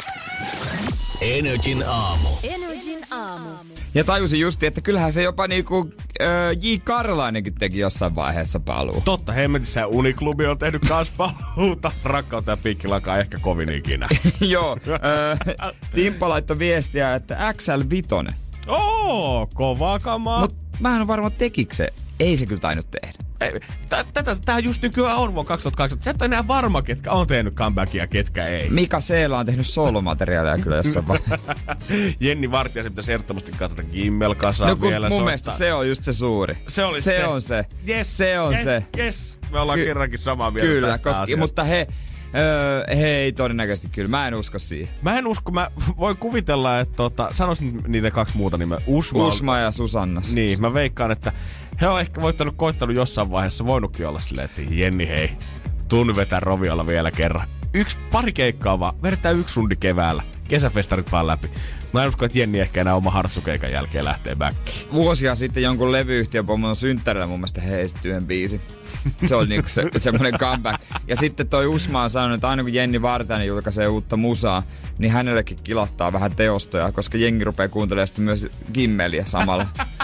N R J:n aamu. N R J:n aamu. Ja tajusin justi, että kyllähän se jopa niinku äh, J. Karlainenkin teki jossain vaiheessa paluu. Totta, hemmetissä Uniklubi on tehnyt kans paluuta. Rakkautta ja piikkilakaa ehkä kovin ikinä. Joo, äh, Timppa laittoi viestiä, että X L viisi. Oo, kovaa kamaa. Mut mä en ole varma, tekikö se. Ei se kyllä tainnut tehdä. Tätä, tämähän just nykyään on vuonna kaksituhattakahdeksantoista. Sä et ole enää varma, ketkä on tehnyt comebackia ja ketkä ei. Mika Seela on tehnyt solomateriaalia kyllä jossain vaiheessa. Jenni Vartiaisen pitäisi ehdottomasti katsota Gimmel-kasaa no, vielä. Mun soittaa. mielestä se on just se suuri. Se, oli se, se. on se. Yes, se on yes, se. Yes. Me ollaan Ky- kerrankin samaa mieltä. Kyllä, koska, mutta he... Öö, hei, todennäköisesti kyllä. Mä en usko siihen. Mä en usko. Mä voin kuvitella, että tota, sanoisin niitä kaksi muuta nimeä. Usma, Usma ja Susanna. Niin, mä veikkaan, että he on ehkä voittanut, koittanut jossain vaiheessa. Voinutkin olla silleen, että Jenni hei, tuun vetää Roviolla vielä kerran. Yksi, pari keikkaa vaan. Vedetään yksi rundi keväällä. Kesäfestarit vaan läpi. Mä en usko, että Jenni ehkä enää oma hartsukeikan jälkeen lähtee backiin. Vuosia sitten jonkun levyyhtiöpomon synttärillä mun mielestä he esitti yhden biisin. Se oli niinku se, semmonen comeback. Ja sitten toi Usma on sanonut, että aina kun Jenni Vartiainen julkaisee uutta musaa, niin hänellekin kilahtaa vähän teostoja, koska jengi rupeaa kuuntelemaan sitten myös Gimmeliä samalla.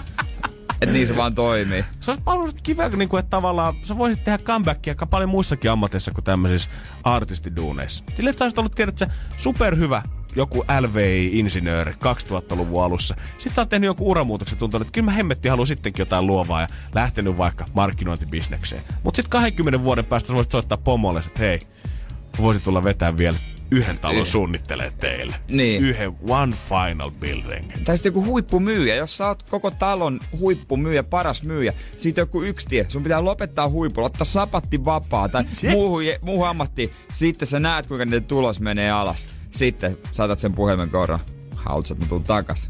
Et niin se vaan toimii. Se olisi paljon kiveä, niin kuin, että tavallaan sä voisit tehdä comebackia aika paljon muissakin ammateissa kuin tämmöisissä artistiduuneissa. Sille, että sä olisit ollut, tiedätkö, superhyvä joku L V I-insinööri kaksituhattaluvun alussa. Sitten on tehnyt joku uramuutoksen tuntunut, että kyllä mä hemmettiin haluan sittenkin jotain luovaa ja lähtenyt vaikka markkinointibisnekseen. Mutta sitten kaksikymmentä vuoden päästä sä voisit soittaa pomolle, että hei, voisit tulla vetää vielä yhden talon Yh. suunnittelee teille. Niin. Yhden one final building. Tai sitten joku huippumyyjä. Jos sä oot koko talon huippumyyjä, paras myyjä, siitä joku yksi tie. Sun pitää lopettaa huipulla, ottaa sapatti vapaa tai muuhun, muuhun ammattiin. Sitten sä näet, kuinka niiden tulos menee alas. Sitten saatat sen puhelimen korran. Haluatko, että mä tuun takas?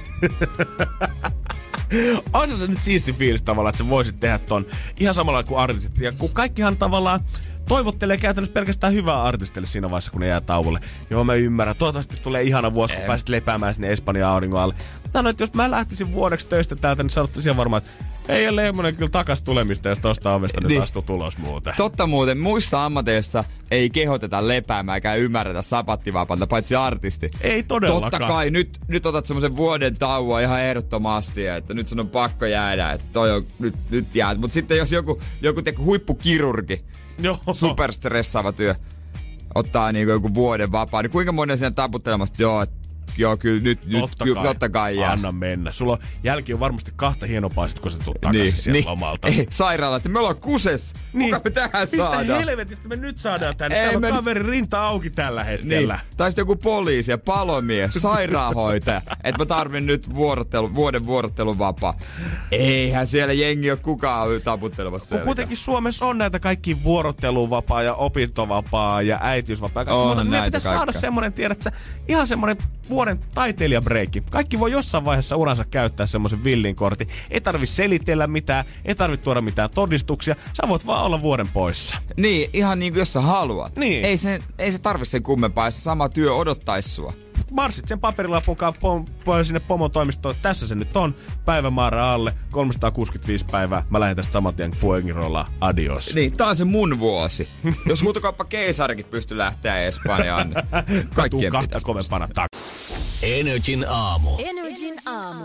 On se nyt siisti fiilis tavallaan, että sä voisit tehdä ton ihan samalla kuin artistit. Ja kun kaikkihan tavallaan toivottelee käytännössä pelkästään hyvää artistille siinä vaiheessa, kun ne jää tauolle. Joo, mä ymmärrän. Toivottavasti tulee ihana vuosi, kun pääsit lepäämään sinne Espanjan auringon alle. Mä että jos mä lähtisin vuodeksi töistä täältä, niin sanottaisiin ihan varmaan, että ei ole Leemonen kyllä takas tulemista, jos tosta ovesta nyt niin astuu tulos muuten. Totta muuten, muissa ammateissa ei kehoteta lepäämään eikä ymmärretä sapattivapaata, paitsi artisti. Ei todellakaan. Totta kai, nyt, nyt otat semmoisen vuoden tauon ihan ehdottomasti, että nyt sun on pakko jäädä, että toi on, nyt, nyt jää. Mutta sitten jos joku, joku teko huippukirurgi, Joo. superstressaava työ, ottaa niinku joku vuoden vapaa, niin kuinka moni siinä taputtelemassa, joo, joo, kyllä nyt, nyt Totta kyllä, kai. totta kai jää. Anna mennä. Sulla on, jälki on varmasti kahta hienompaa sit, kun sä tulet takaisin Niin, sieltä niin. lomalta. Ei, sairaala, että me ollaan kusessa. Niin. Kuka me tähän Mistä saadaan? helvetistä me nyt saadaan tänne? Ei Täällä on me- kaverin rinta auki tällä hetkellä. Niin. Tai sitten joku poliisi ja palomies, sairaanhoitaja, että mä tarvin nyt vuorottelu, vuoden vuorottelun vapaa. Eihän siellä jengi ole kukaan taputtelemassa Kun selkä. kuitenkin Suomessa on näitä kaikki vuorotteluvapaa ja opintovapaa ja äitiysvapaa. Onhan Mutta meidän näitä pitäisi saada kaikkea. semmoinen, tiedät sä, ihan semmoinen vuoden taiteilijabreikki. Kaikki voi jossain vaiheessa uransa käyttää semmoisen villin kortin. Ei tarvi selitellä mitään, ei tarvi tuoda mitään todistuksia. Sä voit vaan olla vuoden poissa. Niin, ihan niin kuin jos sä haluat. Niin. Ei se, ei se tarvi sen kummempaa, se sama työ odottaisi sua. Marssit sen paperilapun kanssa pom, pom, sinne pomon toimistoon. Tässä se nyt on. Päivämäärä alle. kolmesataakuusikymmentäviisi päivää. Mä lähden tästä saman tien Fuengirolaan. Adios. Niin, tää on se mun vuosi. Jos huutokauppa keisarikin pystyy lähteä Espanjaan, niin Tuu kaikkien kahta pitäisi. kovempana tak. Energin aamu. Energin aamu.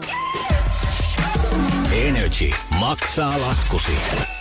Energy maksaa laskusi.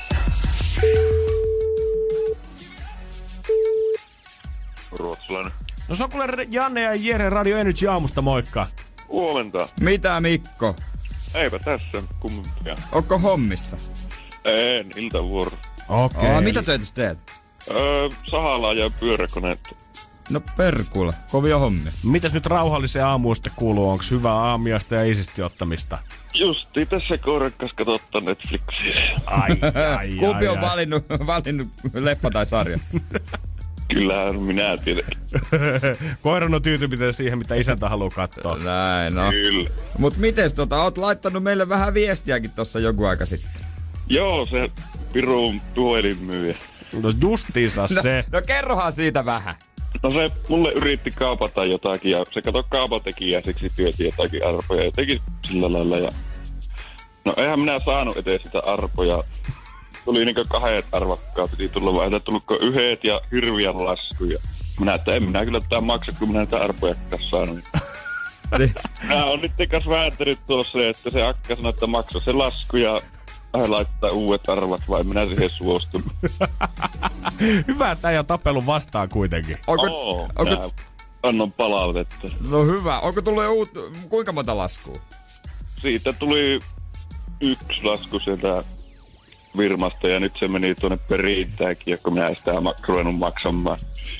Ruotsalainen. No se on kuule Janne ja Jere Radio Energy aamusta, moikka. Huomenta. Mitä Mikko? Eipä tässä kummempia. Onko hommissa? En, iltavuoro. Okei. Okay. Mitä töitä sä teet? Öö, sahalla ja pyöräkoneet. No perkulla, kovia hommia. Mitäs nyt rauhalliseen aamuun sitten kuuluu? Onks hyvää aamiaista ja isisti ottamista? Justi tässä koiran kanssa katsottaa Netflixiä. Ai, ai, Kumpi ai, on ai. valinnut, valinnut leffa tai sarja? Kyllähän minä tiedän. Koiran on tyytymätön siihen, mitä isäntä haluaa katsoa. Näin, no. Kyllä. Mut mites tota, oot laittanut meille vähän viestiäkin tossa joku aika sitten. Joo, se pirun puhelinmyyjä. No justiinsa No, se. no kerrohan siitä vähän. No se mulle yritti kaupata jotakin ja se kato kaupatekijä siksi työsi jotakin arpoja ja teki sillä lailla. Ja... No eihän minä saanut eteen sitä arpoja. Tuli niinkö kahdet arvakkaa, piti tulla vai ei tullutko yhdet ja hirviän laskuja. Minä, että en minä kyllä tätä maksa, kun minä näitä arpoja kanssa saanut. Niin. Minä on nyt kanssa vääntänyt tuossa, että se akka sanoi, että maksa se lasku ja hän laittaa uudet arvat, vai minä siihen suostunut. Hyvä, että ei ole tapellut vastaan kuitenkin. Onko, Oo, onko, minä annan palautetta. no hyvä. Onko tullut jo uut, kuinka monta laskua? Siitä tuli yksi lasku sieltä firmasta ja nyt se meni tuonne perintäänkin, kun minä en sitä mak- ruvennut maksamaan.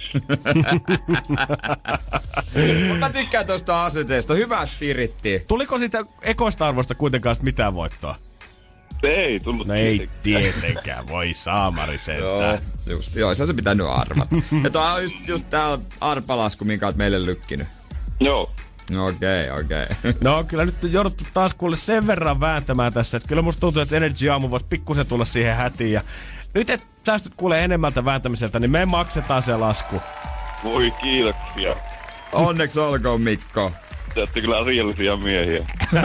Mut mä tykkään tosta asenteesta. Hyvää spirittiä. Tuliko siitä ekoista arvosta kuitenkaan sit mitään voittoa? Ei tullut No ei tietenkään. tietenkään, voi saamari Joo, sentään. just, joo, se on se pitänyt arvata. Ja tää on just, just tää arpalasku, minkä oot meille lykkinyt. Joo. Okei, okay, okei. Okay. No kyllä nyt on jouduttu taas kuule sen verran vääntämään tässä, että kyllä musta tuntuu, että Energy Aamu voisi pikkusen tulla siihen hätiin. Ja nyt et säästyt kuule enemmältä vääntämiseltä, niin me maksetaan se lasku. Voi kiitoksia. Onneksi olkoon, Mikko. Te olette kyllä asiallisia miehiä.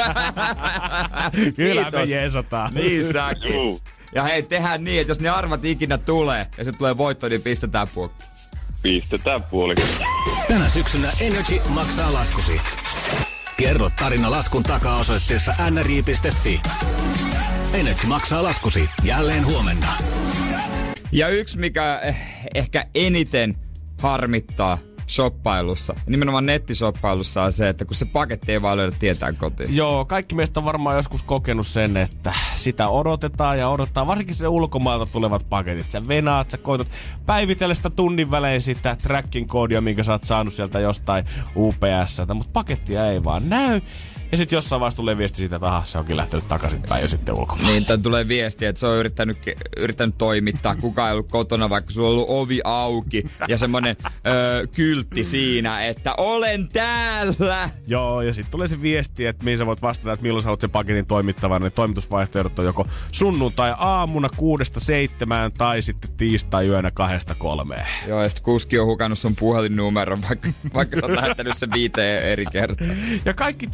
Kyllä me Kiitos. jeesataan. Niin säkin. Juu. Ja hei, tehdään niin, että jos ne arvat ikinä tulee ja se tulee voitto, niin pistetään puokki. Pistetään puolikin. Tänä syksynä Energy maksaa laskusi. Kerro tarina laskun takaa osoitteessa n r j piste f i. Energy maksaa laskusi jälleen huomenna. Ja yksi, mikä eh, ehkä eniten harmittaa shoppailussa, nimenomaan nettishoppailussa, on se, että kun se paketti ei vaan löydä tietään kotiin. Joo, kaikki meistä on varmaan joskus kokenut sen, että sitä odotetaan ja odottaa. Varsinkin se ulkomailta tulevat paketit. Sä venaat, sä koitat päivitellä sitä tunnin välein sitä tracking koodia, minkä sä oot saanut sieltä jostain U P S:ltä, mutta pakettia ei vaan näy. Ja sitten jossain vaiheessa tulee viesti siitä, että aha, se onkin lähtenyt takaisinpäin jo sitten ulkomaille. Niin, tän tulee viesti, että se on yrittänyt, yrittänyt toimittaa, kukaan ei ollut kotona, vaikka sulla on ollut ovi auki ja semmonen öö, kyltti siinä, että olen täällä. Joo, ja sitten tulee se viesti, että mihin sä voit vastata, että milloin sä haluat sen paketin toimittavan. Ne toimitusvaihtoehdot on joko sunnuntai aamuna kuudesta seitsemään tai sitten tiistai yönä kahdesta kolmeen. Joo, ja sit kuski on hukannut sun puhelinnumeron, vaikka, vaikka sä oot lähettänyt sen viiteen eri kertaa. Ja kaikki tota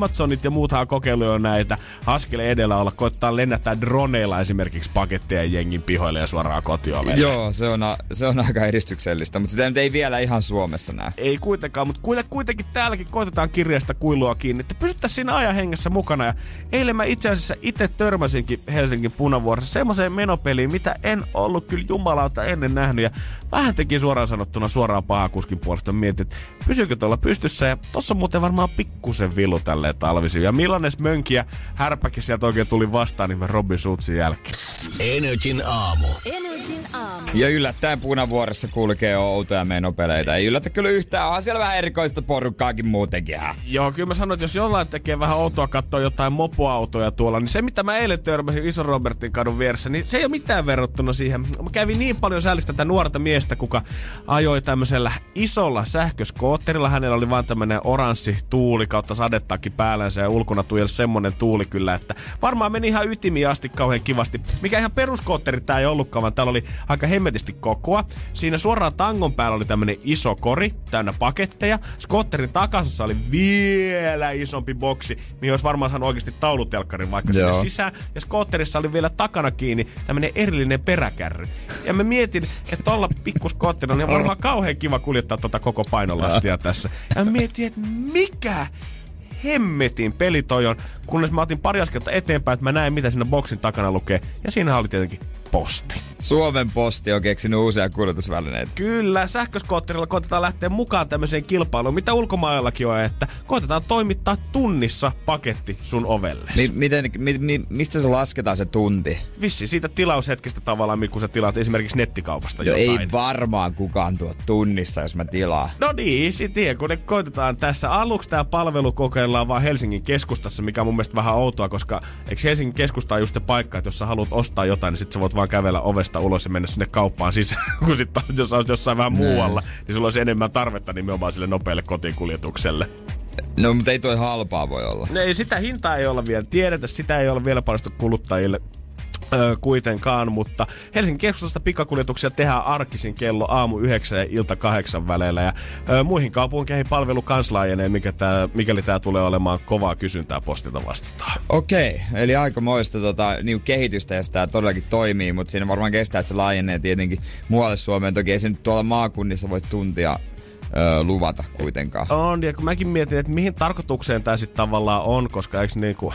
Amazonit ja muuthan on kokeillut jo näitä askeleen edellä olla, koittaa lennättää droneilla esimerkiksi paketteja jengin pihoille ja suoraan kotiovelle. Joo, se on, a, se on aika edistyksellistä, mutta sitä nyt ei vielä ihan Suomessa näe. Ei kuitenkaan, mutta kuitenkin täälläkin koitetaan kirjasta kuilua kiinni, että pysyttäisiin siinä ajan hengessä mukana. Ja eilen mä itse asiassa itse törmäsinkin Helsingin Punavuoressa semmoiseen menopeliin, mitä en ollut kyllä jumalauta ennen nähnyt. Ja vähän teki suoraan sanottuna suoraan pahakuskin puolesta. Mietin, että pysyykö tuolla pystyssä. Ja tossa on muuten varmaan pikkusen villu tälleen talvisin. Ja millainen mönki ja härpäkin sieltä oikein tuli vastaan, niin mä Robin Schultzin jälkeen. Energin aamu. Energin aamu. Ja yllättäen Punavuoressa kulkee outoja menopeleitä. Ei yllätä kyllä yhtään. Onhan siellä vähän erikoista porukkaakin muutenkin. Hä? Joo, kyllä mä sanoin, että jos jollain tekee vähän outoa katsoa jotain mopoautoja tuolla, niin se mitä mä eilen törmäsin Iso Robertin kadun vieressä, niin se ei ole mitään verrattuna siihen. Mä kävin niin paljon säälistä tätä nuorta miestä, kuka ajoi tämmöisellä isolla sähköskootterilla. Hänellä oli vaan tämmönen oranssi tuuli kautta sadettakin päällänsä ja ulkona tuijalla semmonen tuuli kyllä, että varmaan meni ihan ytimiin asti kauhean kivasti. Mikä ihan peruskootteri tää ei ollutkaan, vaan täällä oli aika hemmetisti kokoa. Siinä suoraan tangon päällä oli tämmönen iso kori, täynnä paketteja. Skootterin takasessa oli vielä isompi boksi, mihin olisi varmaan saanut oikeasti taulutelkkarin vaikka sinne sisään. Ja skootterissa oli vielä takana kiinni tämmönen erillinen peräkärry. Ja mä mietin, että tuolla pikkuskootterilla niin on varmaan kauhean kiva kuljettaa tota koko painolastia tässä. Ja mä mietin, että mikä hemmetin peli toi on, kunnes mä otin pari askelta eteenpäin, että mä näin mitä siinä boksin takana lukee. Ja siinä oli tietenkin posti. Suomen Posti on keksinyt uusia kuljetusvälineitä. Kyllä, sähköskootterilla koitetaan lähteä mukaan tämmöiseen kilpailuun, mitä ulkomaillakin on, että koitetaan toimittaa tunnissa paketti sun ovelle. Mi- miten, mi- mi- mistä se lasketaan se tunti? Vissi siitä tilaushetkestä tavallaan, kun sä tilaat esimerkiksi nettikaupasta no jotain. Ei varmaan kukaan tuo tunnissa, jos mä tilaan. No niin, sitten kun ne koitetaan tässä. Aluksi tää palvelu kokeillaan vaan Helsingin keskustassa, mikä on mun mielestä vähän outoa, koska eikö Helsingin keskusta on just se paikka, että jos sä haluat ostaa jotain, niin sit sä voit vaan kävellä ovesta ulos ja mennä sinne kauppaan sisään. Kun sit jos sä oot jossain vähän muualla, niin sulla olisi enemmän tarvetta nimenomaan sille nopealle kotiinkuljetukselle. No, mutta ei toi halpaa voi olla. No, ei, sitä hintaa ei olla vielä tiedetä, sitä ei ole vielä paljon kuluttajille Öö, kuitenkaan, mutta Helsingin keskustasta pikakuljetuksia tehdään arkisin kello aamu yhdeksän ja ilta kahdeksan väleillä. Ja öö, muihin kaupunkeihin palvelu kans laajenee, mikä tää, mikäli tämä tulee olemaan kovaa kysyntää postilta vastataan. Okei, eli aikamoista tota, niin kehitystä, jos tämä todellakin toimii, mutta siinä varmaan kestää, että se laajenee tietenkin muualle Suomeen. Toki ei se nyt tuolla maakunnissa voi tuntia Öö, luvata kuitenkaan. On, ja kun mäkin mietin, että mihin tarkoitukseen tämä sitten tavallaan on, koska eikö niinku...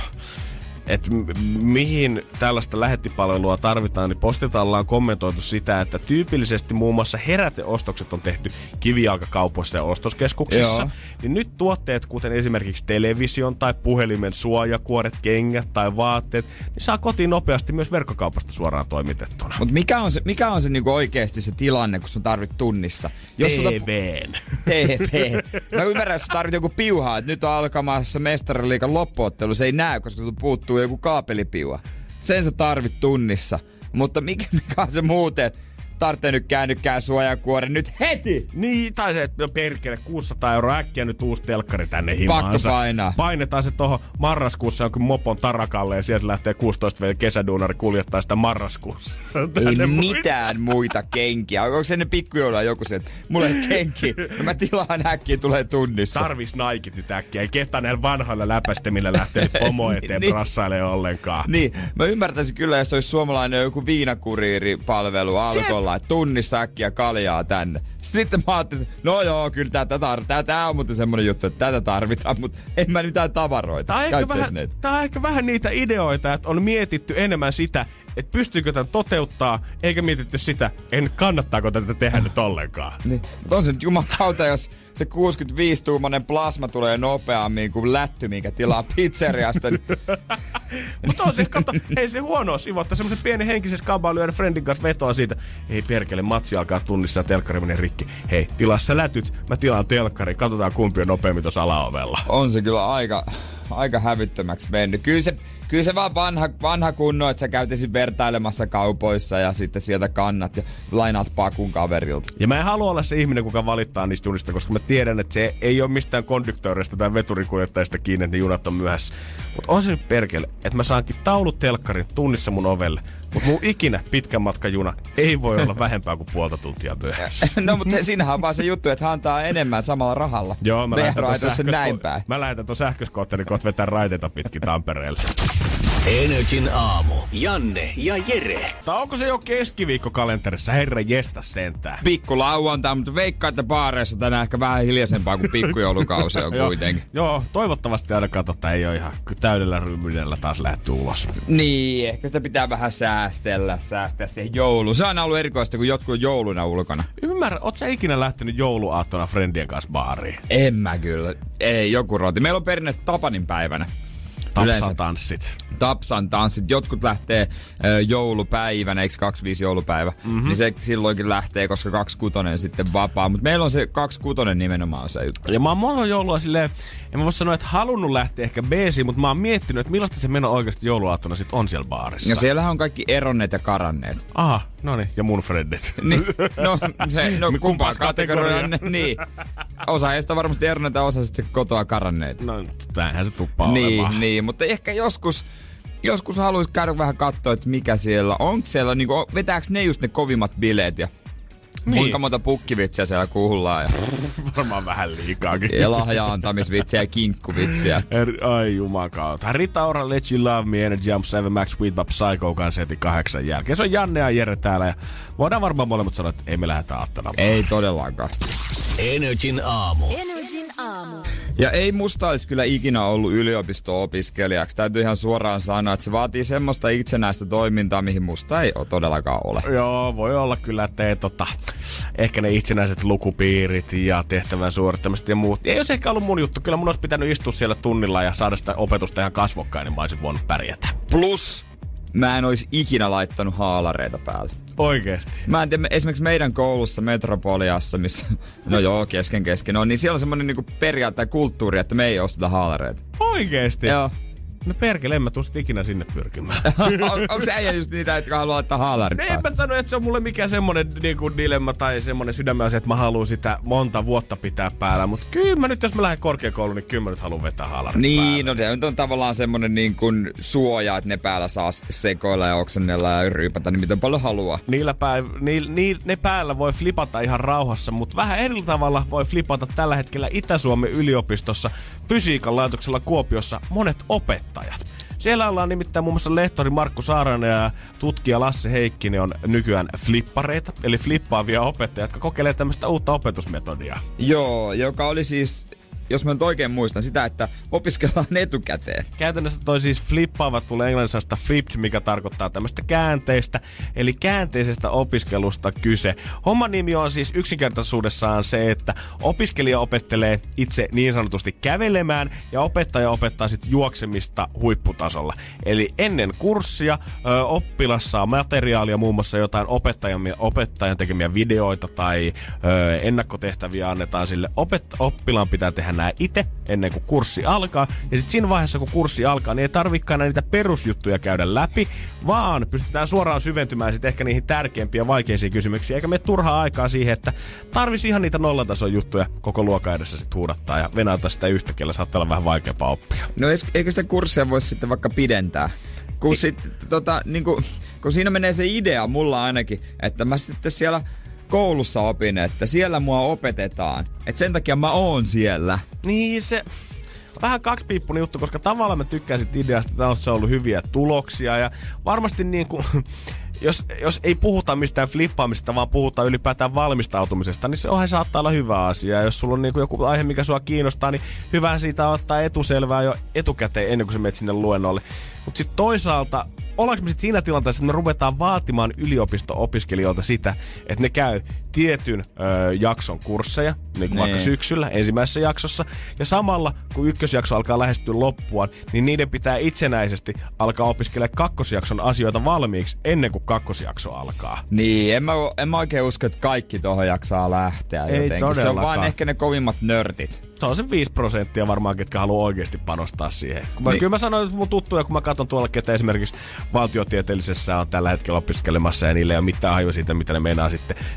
että m- mihin tällaista lähettipalvelua tarvitaan, niin postilta ollaan kommentoitu sitä, että tyypillisesti muun muassa heräteostokset on tehty kivijalkakaupoissa ja ostoskeskuksissa. Joo. Niin nyt tuotteet, kuten esimerkiksi television tai puhelimen suojakuoret, kengät tai vaatteet, niin saa kotiin nopeasti myös verkkokaupasta suoraan toimitettuna. Mutta mikä on se, mikä on se niinku oikeasti se tilanne, kun sun tarvit tunnissa? Jos T V:n. T V. Mä ymmärrän, jos tarvit joku piuhaa, että nyt on alkamassa Mestariliigan loppuottelu. Se ei näy, koska sun puuttuu joku kaapelipiua. Sen sä tarvit tunnissa. Mutta mikä, mikä on se muuten? Tarvitsee nyt käännykään suojakuoren nyt heti! Niin, tai se, että perkele kuusisataa euroa äkkiä nyt uusi telkkari tänne himaansa. Pakko painaa. Painetaan se tohon marraskuussa jonkun mopon tarakalle ja siellä lähtee kuusitoista vuotias kesäduunari kuljettaa sitä marraskuussa. Ei mitään muita kenkiä. Onko se ennen pikkujoulua joku se, että mulla ei kenki. No mä tilaan äkkiä, tulee tunnissa. Tarvis Nikit nyt äkkiä. Ei kehtaa näillä vanhoilla läpästemillä lähtee pomo eteen niin, brassailemaan ollenkaan. Niin, mä ymmärtäisin kyllä, jos olisi suomalainen joku viinakuriiripalvelu Alkolla. Tunnissa äkkiä kaljaa tänne. Sitten mä ajattelin, no joo, kyllä tätä tarvitaan. Tää on muuten semmonen juttu, että tätä tarvitaan, mutta en mä mitään tavaroita. Tää on, ehkä vähän, tää on ehkä vähän niitä ideoita, että on mietitty enemmän sitä, että pystyykö tämän toteuttaa, eikä mietitty sitä, en kannattaako tätä tehdä nyt ollenkaan. Niin, mutta on se nyt jumalauta, jos se kuusikymmentäviisi-tuumainen plasma tulee nopeammin kuin lätty, minkä tilaa pizzeriasta. Niin... Mutta on se, kato, ei se huonoa sivottaa semmosen pienen henkisen skabaan lyödä friendin kanssa vetoa siitä. Ei perkele, matsi alkaa tunnissa ja telkkari menee rikki. Hei, tilaa sä lätyt, mä tilaan telkkari, katsotaan kumpi on nopeammin tuossa alaovella. On se kyllä aika, aika hävyttömäksi mennyt. Kyllä se, kyllä se vaan vanha, vanha kunno, että sä käytisit vertailemassa kaupoissa ja sitten sieltä kannat ja lainaat pakun kaverilta. Ja mä en halua olla se ihminen, kuka valittaa niistä junista, koska mä tiedän, että se ei ole mistään konduktööristä tai veturikuljettajista kiinni, että ne junat on myöhässä. Mutta on se nyt perkele, että mä saankin taulut telkkarin tunnissa mun ovelle. Mutta mun ikinä pitkän matkan juna ei voi olla vähempää kuin puolta tuntia myöhässä. No mutta siinähän on vaan se juttu, että hän antaa enemmän samalla rahalla. Joo, mä lähetän ton näin päin. Mä lähetän ton sähköskootterin kohta vetää raiteita pitkin Tampereelle. Energin aamu. Janne ja Jere. Tai onko se jo keskiviikko kalenterissa? Herra jesta sentään. Pikku lauantai, mutta veikkaa, että baareissa tänään ehkä vähän hiljaisempaa kuin pikkujoulukausi on kuitenkin. Joo, toivottavasti ainakaan totta ei ole ihan täydellä rymydellä taas lähdetty ulos. Niin, ehkä sitä pitää vähän säästellä, säästää siihen jouluun. Se on aina ollut erikoista, kun jotkut on jouluna ulkona. Ymmärrä, oot sä ikinä lähtenyt jouluaattona friendien kanssa baariin? En mä kyllä. Ei, joku roti. Meillä on perinne Tapanin päivänä. Tapsan tanssit. Tapsan tanssit. Jotkut lähtee ö, joulupäivänä, eikö kaksikymmentäviisi joulupäivä? Mm-hmm. Niin se silloinkin lähtee, koska kaksikymmentäkuusi sitten vapaa. Mutta meillä on se kaksikymmentäkuusi nimenomaan se juttu. Ja mä oon monta joulua silleen, en mä voi sanoa, että halunnut lähteä ehkä beesiin, mutta mä oon miettinyt, että millaista se meno oikeasti jouluaattona sit on siellä baarissa. Ja siellähän on kaikki eronneet ja karanneet. Aha, no niin, ja mun friendit. Niin, no, se, no kumpaa kategoria. Niin. Osa heistä varmasti eronneet ja osa sitten kotoa karanneet. No, tämähän se tuppaa niin, olemaan. Niin, mutta ehkä joskus, joskus haluaisi käydä vähän katsoa, että mikä siellä on. Onko siellä, niin kuin, vetääks ne just ne kovimmat bileet ja niin. Kuinka monta pukkivitsiä siellä kuullaan. Ja varmaan vähän liikaakin. Ja lahja-antamisvitsiä ja kinkkuvitsiä. Ai jumakautta. Rita Ora, Let You Love Me, Energy Jump seitsemän, Max Sweet Pop Psycho kanssa heti kahdeksan jälkeen. Se on Janne ja Jere täällä ja voidaan varmaan molemmat sanoa, että ei me lähdetä aattona. Ei todellakaan. Energin aamu. Energin aamu. Ja ei musta olisi kyllä ikinä ollut yliopisto-opiskelijaksi. Täytyy ihan suoraan sanoa, että se vaatii semmoista itsenäistä toimintaa, mihin musta ei ole todellakaan ole. Joo, voi olla kyllä, että ei, tota, ehkä ne itsenäiset lukupiirit ja tehtävän suorittamista ja muut. Ei olisi ehkä ollut mun juttu. Kyllä mun olisi pitänyt istua siellä tunnilla ja saada sitä opetusta ihan kasvokkain, niin mä olisin voinut pärjätä. Plus, mä en olisi ikinä laittanut haalareita päälle. Oikeesti? Mä en tiedä, esimerkiksi meidän koulussa Metropoliassa, missä, no joo, kesken kesken on, niin siellä on semmonen niinku periaate ja kulttuuri, että me ei osteta haalareita. Oikeesti? Joo. No perkele, en mä tuu ikinä sinne pyrkimään. on, onko se äijä just niitä, jotka haluaa laittaa haalarit? En mä sano, että se on mulle mikään semmonen niinku dilemma tai semmonen sydämen asia, että mä haluan sitä monta vuotta pitää päällä. Mutta kyllä mä nyt, jos mä lähden korkeakouluun, niin kyllä mä nyt haluan vetää haalarit Niin, päällä. no se on tavallaan semmonen niin kuin suoja, että ne päällä saa sekoilla ja oksennella ja ryypätä, niin miten paljon haluaa. Niillä päiv- ni- ni- ne päällä voi flipata ihan rauhassa, mutta vähän eri tavalla voi flipata tällä hetkellä Itä-Suomen yliopistossa fysiikan laitoksella Kuopiossa monet opettajat. Siellä ollaan nimittäin muun muassa lehtori Markku Saaranen ja tutkija Lasse Heikkinen on nykyään flippareita, eli flippaavia opettajia, jotka kokeilee tämmöistä uutta opetusmetodia. Joo, joka oli siis, jos mä nyt oikein muistan, sitä, että opiskellaan etukäteen. Käytännössä toi siis flippaavat tulee englannista flipped, mikä tarkoittaa tämmöistä käänteistä, eli käänteisestä opiskelusta kyse. Homman nimi on siis yksinkertaisuudessaan se, että opiskelija opettelee itse niin sanotusti kävelemään ja opettaja opettaa sitten juoksemista huipputasolla. Eli ennen kurssia ö, oppilas saa materiaalia, muun muassa jotain opettajan, opettajan tekemiä videoita tai ö, ennakkotehtäviä annetaan sille. Opet- oppilaan pitää tehdä nää itse ennen kuin kurssi alkaa. Ja sitten siinä vaiheessa, kun kurssi alkaa, niin ei tarvikaan niitä perusjuttuja käydä läpi, vaan pystytään suoraan syventymään sitten ehkä niihin tärkeimpiin ja vaikeisiin kysymyksiin, eikä mene turhaa aikaa siihen, että tarvisi ihan niitä nollatason juttuja koko luokan edessä sitten huudattaa ja venäytä sitä yhtä, kellä saattaa olla vähän vaikeampaa oppia. No eikö sitä kurssia voisi sitten vaikka pidentää? Kun, sit, tota, niin kun, kun siinä menee se idea mulla ainakin, että mä sitten siellä koulussa opin, että siellä mua opetetaan. Että sen takia mä oon siellä. Niin se vähän kaksipiippunen juttu, koska tavallaan mä tykkään sit ideasta, että on ollut hyviä tuloksia ja varmasti niin kuin Jos, jos ei puhuta mistään flippaamisesta, vaan puhutaan ylipäätään valmistautumisesta, niin se onhan saattaa olla hyvä asia. Ja jos sulla on niin kuin joku aihe, mikä sua kiinnostaa, niin hyvä siitä ottaa etuselvää jo etukäteen ennen kuin sä menet sinne luennolle. Mutta sitten toisaalta, ollaanko me sitten siinä tilanteessa, että me ruvetaan vaatimaan yliopisto-opiskelijoilta sitä, että ne käy tietyn ö, jakson kursseja, niin kuin vaikka syksyllä, ensimmäisessä jaksossa, ja samalla, kun ykkösjakso alkaa lähestyä loppuaan, niin niiden pitää itsenäisesti alkaa opiskelemaan kakkosjakson asioita valmiiksi ennen kuin kakkosjakso alkaa. Niin, en mä, en mä oikein usko, että kaikki tohon jaksaa lähteä ei jotenkin. Todellakaan. Se on vaan ehkä ne kovimmat nörtit. Se on se viisi prosenttia varmaan, ketkä haluaa oikeasti panostaa siihen. Kun mä, niin. Kyllä mä sanoin, että mun tuttuja, kun mä katson tuolla, ketä esimerkiksi valtiotieteellisessä on tällä hetkellä opiskelemassa ja niillä ei ole mitään hajua siitä, mitä ne meinaa sitten tehdä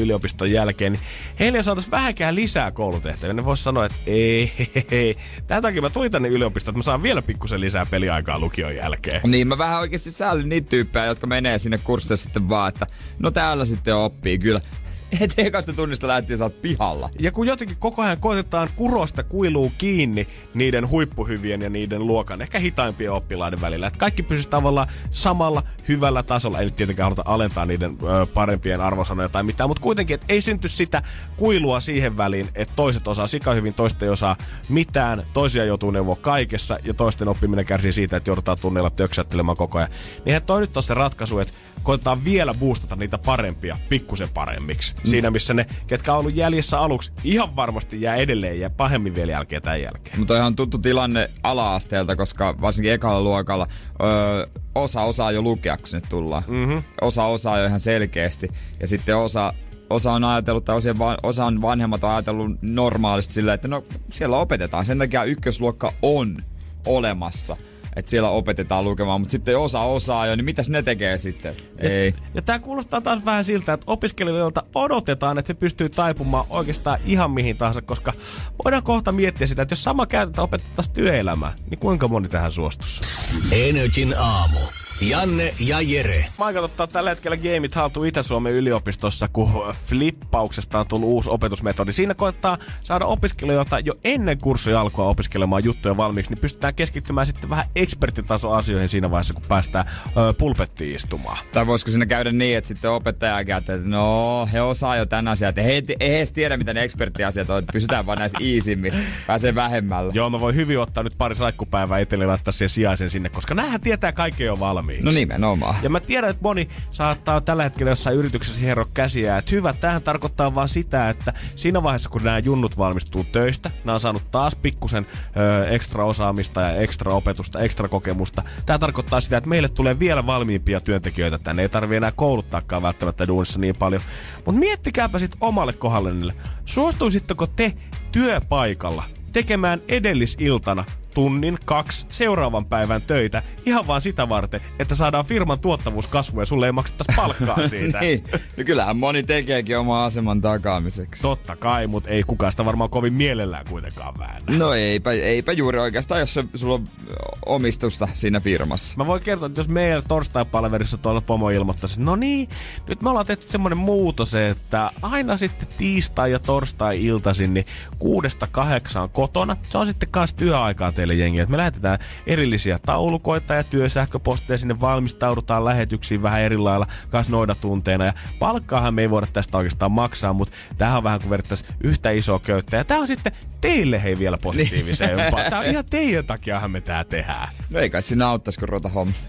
yliopiston jälkeen, niin heille saataisiin vähänkään lisää koulutehtäviä. Ne vois sanoa, että ei, hei, hei. Tämän takia mä tulin tänne yliopistoon, että mä saan vielä pikkusen lisää peliaikaa lukion jälkeen. Niin, mä vähän oikeesti säälin niitä tyyppejä, jotka menee sinne kurssille sitten vaan, että no täällä sitten oppii kyllä. Et ekasta tunnista lähtien sä oot pihalla. Ja kun jotenkin koko ajan koitetaan kurosta kuilua kiinni niiden huippuhyvien ja niiden luokan, ehkä hitaimpien oppilaiden välillä. Että kaikki pysyisi tavallaan samalla hyvällä tasolla. Ei nyt tietenkään haluta alentaa niiden ö, parempien arvosanoja tai mitään, mutta kuitenkin, että ei synty sitä kuilua siihen väliin, että toiset osaa sika hyvin, toiset ei osaa mitään, toisia joutuu neuvoa kaikessa ja toisten oppiminen kärsii siitä, että joudutaan tunneilla töksäyttelemään koko ajan. Niinhän toi nyt on se ratkaisu, että koitetaan vielä boostata niitä parempia pikkusen paremmiksi. Mm. Siinä missä ne, ketkä on ollut jäljessä aluksi, ihan varmasti jää edelleen ja pahemmin vielä jälkeen tämän jälkeen. Mutta ihan tuttu tilanne ala-asteelta, koska varsinkin ekalla luokalla öö, osa osaa jo lukea, kun sinne tullaan. Mm-hmm. Osa osaa jo ihan selkeästi. Ja sitten osa, osa on ajatellut, tai osa on vanhemmat on ajatellut normaalisti sillä, että no siellä opetetaan. Sen takia ykkösluokka on olemassa. Että siellä opetetaan lukemaan, mutta sitten osa osaa jo, niin mitäs ne tekee sitten? Ja, Ei. Ja tää kuulostaa taas vähän siltä, että opiskelijoilta odotetaan, että he pystyy taipumaan oikeastaan ihan mihin tahansa, koska voidaan kohta miettiä sitä, että jos sama käytäntö opetettaisiin työelämää, niin kuinka moni tähän suostuisi? Energin aamu. Janne ja Jere. Michael ottaa tällä hetkellä gameit haltuun Itä-Suomen yliopistossa, kun flippauksesta on tullut uusi opetusmetodi. Siinä koettaa saada opiskelijoita jo ennen kurssia alkua opiskelemaan juttuja valmiiksi, niin pystytään keskittymään sitten vähän eksperttitason asioihin siinä vaiheessa, kun päästään ö, pulpettiin istumaan. Tai voisiko siinä käydä niin, että sitten opettaja käyttää, että no, he osaa jo tämän asian, että he ei edes tiedä, mitä ne eksperttiasiat on, että pysytään vaan näissä easimmissä, pääsee vähemmällä. Joo, mä voin hyvin ottaa nyt pari saikkupäivää itselle ja laittaa siihen sijaisen sinne, koska näähän tietää kaikki jo valmiiksi. No nimenomaan. Ja mä tiedän, että moni saattaa tällä hetkellä jossain yrityksessä hieroa käsiä, että hyvä, tämähän tarkoittaa vaan sitä, että siinä vaiheessa, kun nämä junnut valmistuu töistä, nämä on saanut taas pikkusen ö, ekstra osaamista ja ekstra opetusta, ekstra kokemusta. Tämä tarkoittaa sitä, että meille tulee vielä valmiimpia työntekijöitä tänne. Ei tarvitse enää kouluttaakaan välttämättä duunissa niin paljon. Mutta miettikääpä sitten omalle kohdallenne. Suostuisitteko te työpaikalla tekemään edellisiltana tunnin, kaksi seuraavan päivän töitä ihan vaan sitä varten, että saadaan firman tuottavuus kasvua ja sulle ei maksettaisi palkkaa siitä. Niin. No kyllähän moni tekeekin oman aseman takaamiseksi. Totta kai, mutta ei kukaan sitä varmaan kovin mielellään kuitenkaan väännä. No eipä, eipä juuri oikeastaan, jos se, sulla on omistusta siinä firmassa. Mä voin kertoa, että jos meidän torstai-palaverissa tuolla pomo ilmoittaisi, no niin, nyt me ollaan tehty semmonen muutos, että aina sitten tiistai- ja torstai-iltaisin, niin kuudesta kahdeksaan kotona. Se on sitten kanssa työaikaa teille jengiä. Me lähetetään erillisiä taulukoita ja työsähköposteja, sinne valmistaudutaan lähetyksiin vähän eri lailla, kanssa noidatunteina. Ja palkkaahan me ei voida tästä oikeastaan maksaa, mutta tämähän on vähän kuin verrattaisiin yhtä isoa köyttä. Ja tää on sitten teille hei vielä positiivisempaa. Tää on ihan teidän takiahan me tää tehdään. No ei kai siinä auttaisi, kun ruveta homma.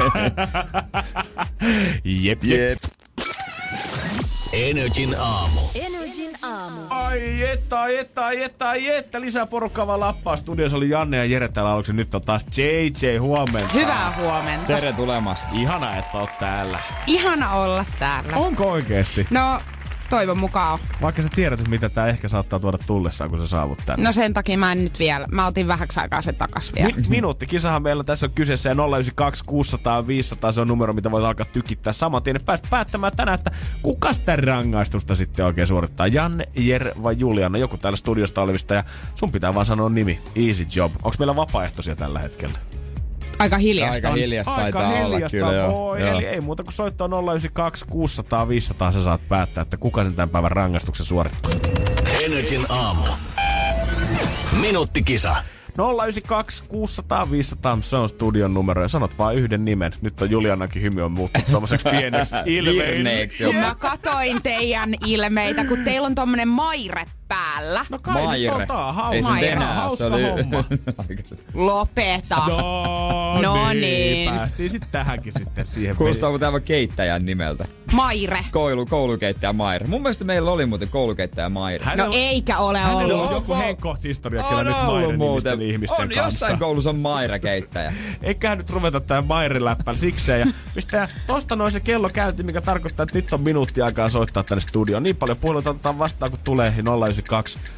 jep, jep. Energin aamu. Energin aamu. Ai että, ai että, ai että, ai että. Lisää porukkaa vaan lappaa. Studiossa oli Janne ja Jere täällä aluksi. Nyt on taas J J, huomenta. Hyvää huomenta. Tere tulemasta. Ihana, että oot täällä. Ihana olla täällä. Onko oikeesti? No, toivon mukaan. Vaikka sä tiedät, että mitä tää ehkä saattaa tuoda tullessaan, kun sä saavut tänne. No sen takia mä en nyt vielä. Mä otin vähäksi aikaa sen takas vielä. Mi- minuuttikisahan meillä tässä on kyseessä ja nolla yhdeksän kaksi kuusisataa viisisataa se on numero, mitä voit alkaa tykittää saman tien. Pääst päättämään tänään, että kuka sitä rangaistusta sitten oikein suorittaa. Janne, Jere vai Juliana? Joku täällä studiosta olevista ja sun pitää vaan sanoa nimi. Easy job. Onks meillä vapaaehtoisia tällä hetkellä? Aika hiljasta Aika on. hiljasta Aika taitaa olla hiljasta kyllä voi. joo. Eli ei muuta kuin soittaa nolla yhdeksän kaksi kuusisataa viisisataa sä saat päättää, että kuka sen tämän päivän rangaistuksen suorittaa. Energin aamu. Minuuttikisa. nolla yhdeksän kaksi kuusisataa viisisataa, se on studion numero ja sanot vaan yhden nimen. Nyt on Julianakin hymy on muuttunut tommoseksi pieneksi ilmeiksi. Kun mä katoin teidän ilmeitä, kun teillä on tommonen maire päällä. No kai Maire. nyt on hauska, Ei se Maire. enää, hauska se oli homma. Lopeta. No, No niin, niin. päästiin sitten tähänkin sitten siihen. Kuulostaa muuten aivan keittäjän nimeltä. Maire. Koulu, koulukeittäjä Maire. Mun mielestä meillä oli muuten koulukeittäjä Maire. Hän- No eikä ole Hänellä ollut. on joku On- henkkohti-historia kyllä On nyt ollut Mairen muuten. nimisten ihmisten On, kanssa. jossain koulussa on Maire keittäjä. Eiköhän nyt ruveta tää Mairen läppän sikseen. Ja pistää tosta noin se kello käynti, mikä tarkoittaa, että nyt on minuutti aikaa soittaa tänne studioon. Niin paljon puheluita otetaan vastaan, kun tulee nolla yhdeksän kaksi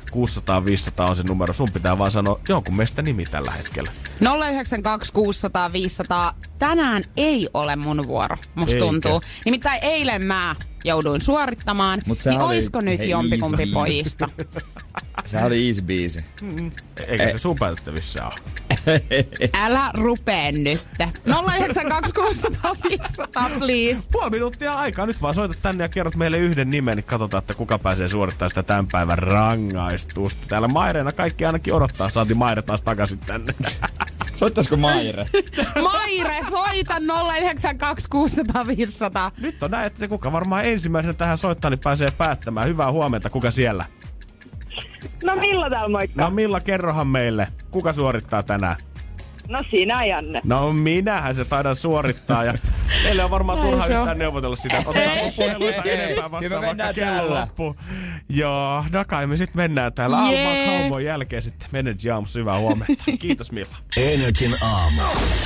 kuusisataa viisisataa on se numero. Sun pitää vaan sanoa jonkun meistä nimi tällä hetkellä. nolla yhdeksän kaksi kuusisataa viisisataa. Tänään ei ole mun vuoro, musta Eikä. tuntuu. Nimittäin eilen mä jouduin suorittamaan. Niin oli- oisko nyt hei, jompikumpi easy. pojista? Se oli easy biisi. Eikä se sun päätettävissä ole. Älä rupee nyt. nolla yhdeksän kaksi kuusisataa viisisataa, please. Puoli minuuttia aikaa. Nyt vaan soita tänne ja kerrot meille yhden nimen, niin katsotaan, että kuka pääsee suorittamaan sitä tämän päivän rangaistusta. Täällä Maireena kaikki ainakin odottaa. Saati Maire taas takaisin tänne. Soittaisiko Maire? Maire, soita nolla yhdeksän kaksi kuusisataa viisisataa. Nyt on näin, että se kuka varmaan ensimmäisenä tähän soittaa, niin pääsee päättämään. Hyvää huomenta. Kuka siellä? No Milla täällä moikka. No Milla, kerrohan meille. Kuka suorittaa tänään? No sinä Janne. No minähän se taidan suorittaa ja meille on varmaan Näin turha se on. yhtään neuvotella sitä. Otetaanko puheluita enempää vastaan Kyllä me vaikka mennään kello tällä. loppu. Joo, no kai me sit mennään täällä. Jee. Alma Kaumon jälkeen sitten Energy Aamussa. Hyvää huomenta. Kiitos Milla. Energin aamu.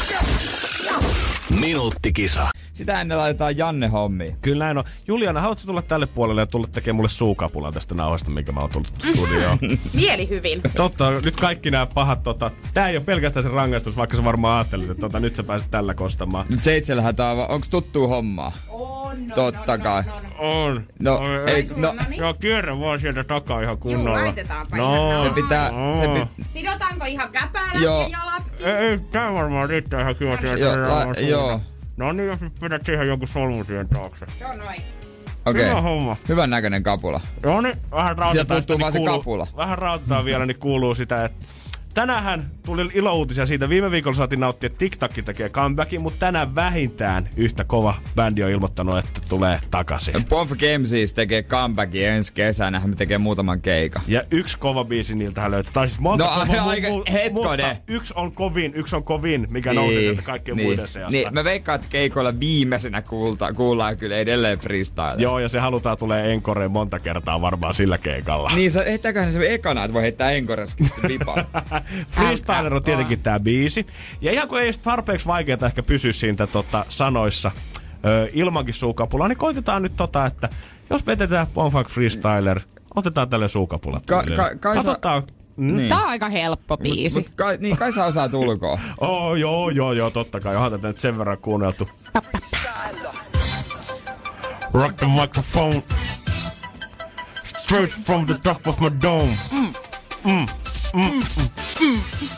Minuuttikisa. Sitä ennen laitetaan Janne hommiin. Kyllä näin on. Juliana, haluatko tulla tälle puolelle ja tulla tekemään mulle suukapulan tästä nauhasta, minkä mä oon tullut studioon? Mieli hyvin. Totta, nyt kaikki nämä pahat, tota, tää ei ole pelkästään se rangaistus, vaikka sä varmaan ajattelit, että tota, nyt sä pääset tällä kostamaan. Nyt seitsellähän tää on, va- onks tuttuu hommaa? On, no, Totta no, kai. No, no, no. On. No, On. ei, no, No niin. Joo, kierrä vaan sieltä takaa ihan kunnolla. Juu, laitetaanpa no, ihan se nauhaa. pitää, se no. pit, Sidotaanko ihan käpälät Joo. ja jalat? Ei, ei, tää varmaan riittää ihan kiva sieltä. Joo, ihan la- suuntaan. joo. No niin, jos nyt pidät siihen jonkun solmun siihen taakse. Joo, noin. okei. Hyvä homma. Hyvän näköinen kapula. Joo niin, vähän rautetaan. Sieltä puuttuu sitä, vaan se kuuluu- kapula. Vähän rautetaan vielä, niin kuuluu sitä, että tänäänhän tuli ilouutisia siitä. Viime viikolla saatiin nauttia, että TikTok tekee comebackin, mutta tänään vähintään yhtä kova bändi on ilmoittanut, että tulee takaisin. Pomf Gamesies tekee comebackin ensi kesänä. Hän tekee muutaman keikan. Ja yksi kova biisi niiltähän löytyy. Tai siis monta No, kova, aika- hetkonen. mutta yksi on kovin, yksi on kovin, mikä nousee sieltä kaikkien muiden seasta. niin. Mä veikkaan, että keikoilla viimeisenä kuulta, kuullaan kyllä edelleen freestyle. Joo, ja se halutaan tulee enkoreen monta kertaa varmaan sillä keikalla. Niin, se heittääköhän se ekana, että voi heittää enkoreskin sitten vipaa. Freestyler on tietenkin tää biisi. Ja ihan kun ei tarpeeksi vaikeaa ehkä pysyä siitä tota, sanoissa ö, ilmankin suukapulaa, niin koitetaan nyt tota, että jos vetetään Bonfunk Freestyler, otetaan tälle suukapulat. Ka- ka- kai sä- Katsotaan. Mm. Niin. Tää on aika helppo biisi. Mut kai, niin kai sä osaat ulkoa. Oh, joo, joo, joo, totta kai. Onhan tätä nyt sen verran kuunneltu. Rock the microphone. Straight from the top of my dome. Mm. Mm. Mm. Mm. Mm.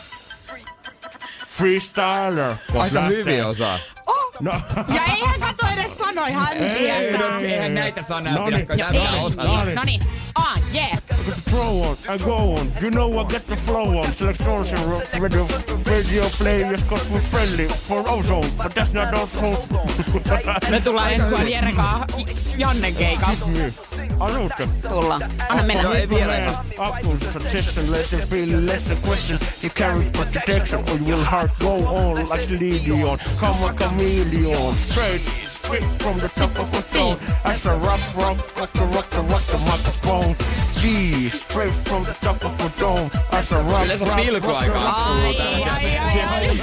Freestyler. Aika hyvin osaa. No. Ja eihän kato edes sanoi, hän tietää. Eihän näitä sanoja No pidä, niin. kun Joo, näitä ei. osaa. No niin. Ah, yeah. Throw on, I go on. You know I get the flow on. Select social radio, radio players, cause we're friendly for ozone, but that's not ozone. Me tullaan ensi vuonna Jerekaan Jannen keikalla. Haluutte? Tullaan. Anna mennä. No ei vielä ihan. Up to the suggestion, let them feel less the question. You carry protection or you will heart go on like Legion. Come on, chameleon. Straight, straight from the top of the throne. As a rock, rock, rock, rock, rock, rock the microphone. G, straight from the top of the dome. As a rock, Yleensä rock, pilkuaika rock, rock, kuuluu Ai, täällä. ai, ai, ai.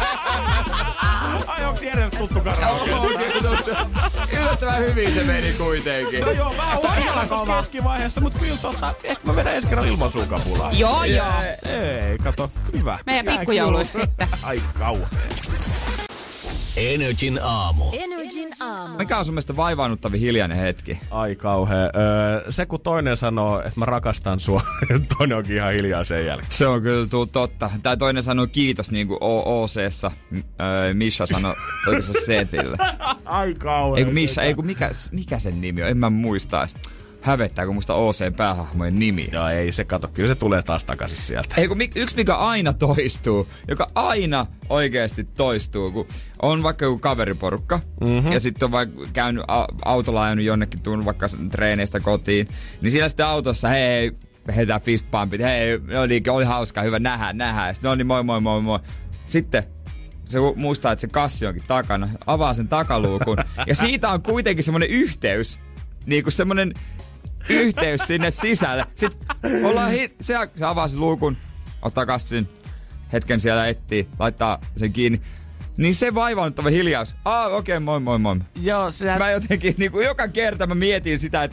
Ai, onks Jere tuttu karaoke? Yllättävän hyvin se meni kuitenkin. No joo, vähän Todella uudella kova. keskivaiheessa, mut kyllä tota, ehkä mä vedän ensi kerran ilman suukapulaan. Joo, joo. Ei, kato, hyvä. Meidän Jää pikkujouluissa kuuluu. sitten. Ai kauhea. Energin aamu. Energin aamu. Mikä on sun mielestä vaivaanuttavin hiljainen hetki? Ai kauhea. Öö, se kun toinen sanoo, että mä rakastan sua, toinen onkin ihan hiljaa sen jälkeen. Se on kyllä tullut totta. Tää toinen sanoi kiitos niinku O C-ssa. Öö, Misha sanoi oikeassa Setille. Ai kauhea. Ei kun Misha, ei kun mikä, mikä sen nimi on? En mä muista edes. Hävettää, kun muista O C-päähahmojen nimi. No ei se kato, kyllä se tulee taas takaisin sieltä. Ei kun mi- yksi mikä aina toistuu, joka aina oikeesti toistuu, kun on vaikka joku kaveriporukka, mm-hmm. ja sitten on vaikka käynyt a- autolla ajanut jonnekin, tuun vaikka treeneistä kotiin, niin siellä sitten autossa, hei, heitään fistbumpit, hei, oli, oli hauskaa, hyvä nähdä, nähdä, ja sitten no niin, moi moi moi moi. Sitten se muistaa, että se kassi onkin takana, avaa sen takaluukun, ja siitä on kuitenkin semmonen yhteys, niin kuin semmonen yhteys sinne sisälle. Sitten ollaan hi- se, se avaa sen luukun, ottaa kassin, hetken siellä etsii, laittaa sen kiinni. Niin se vaivaannuttava hiljaus. Aa, okei, okay, moi moi moi. Joo, se... Mä jotenkin niinku joka kerta mä mietin sitä, että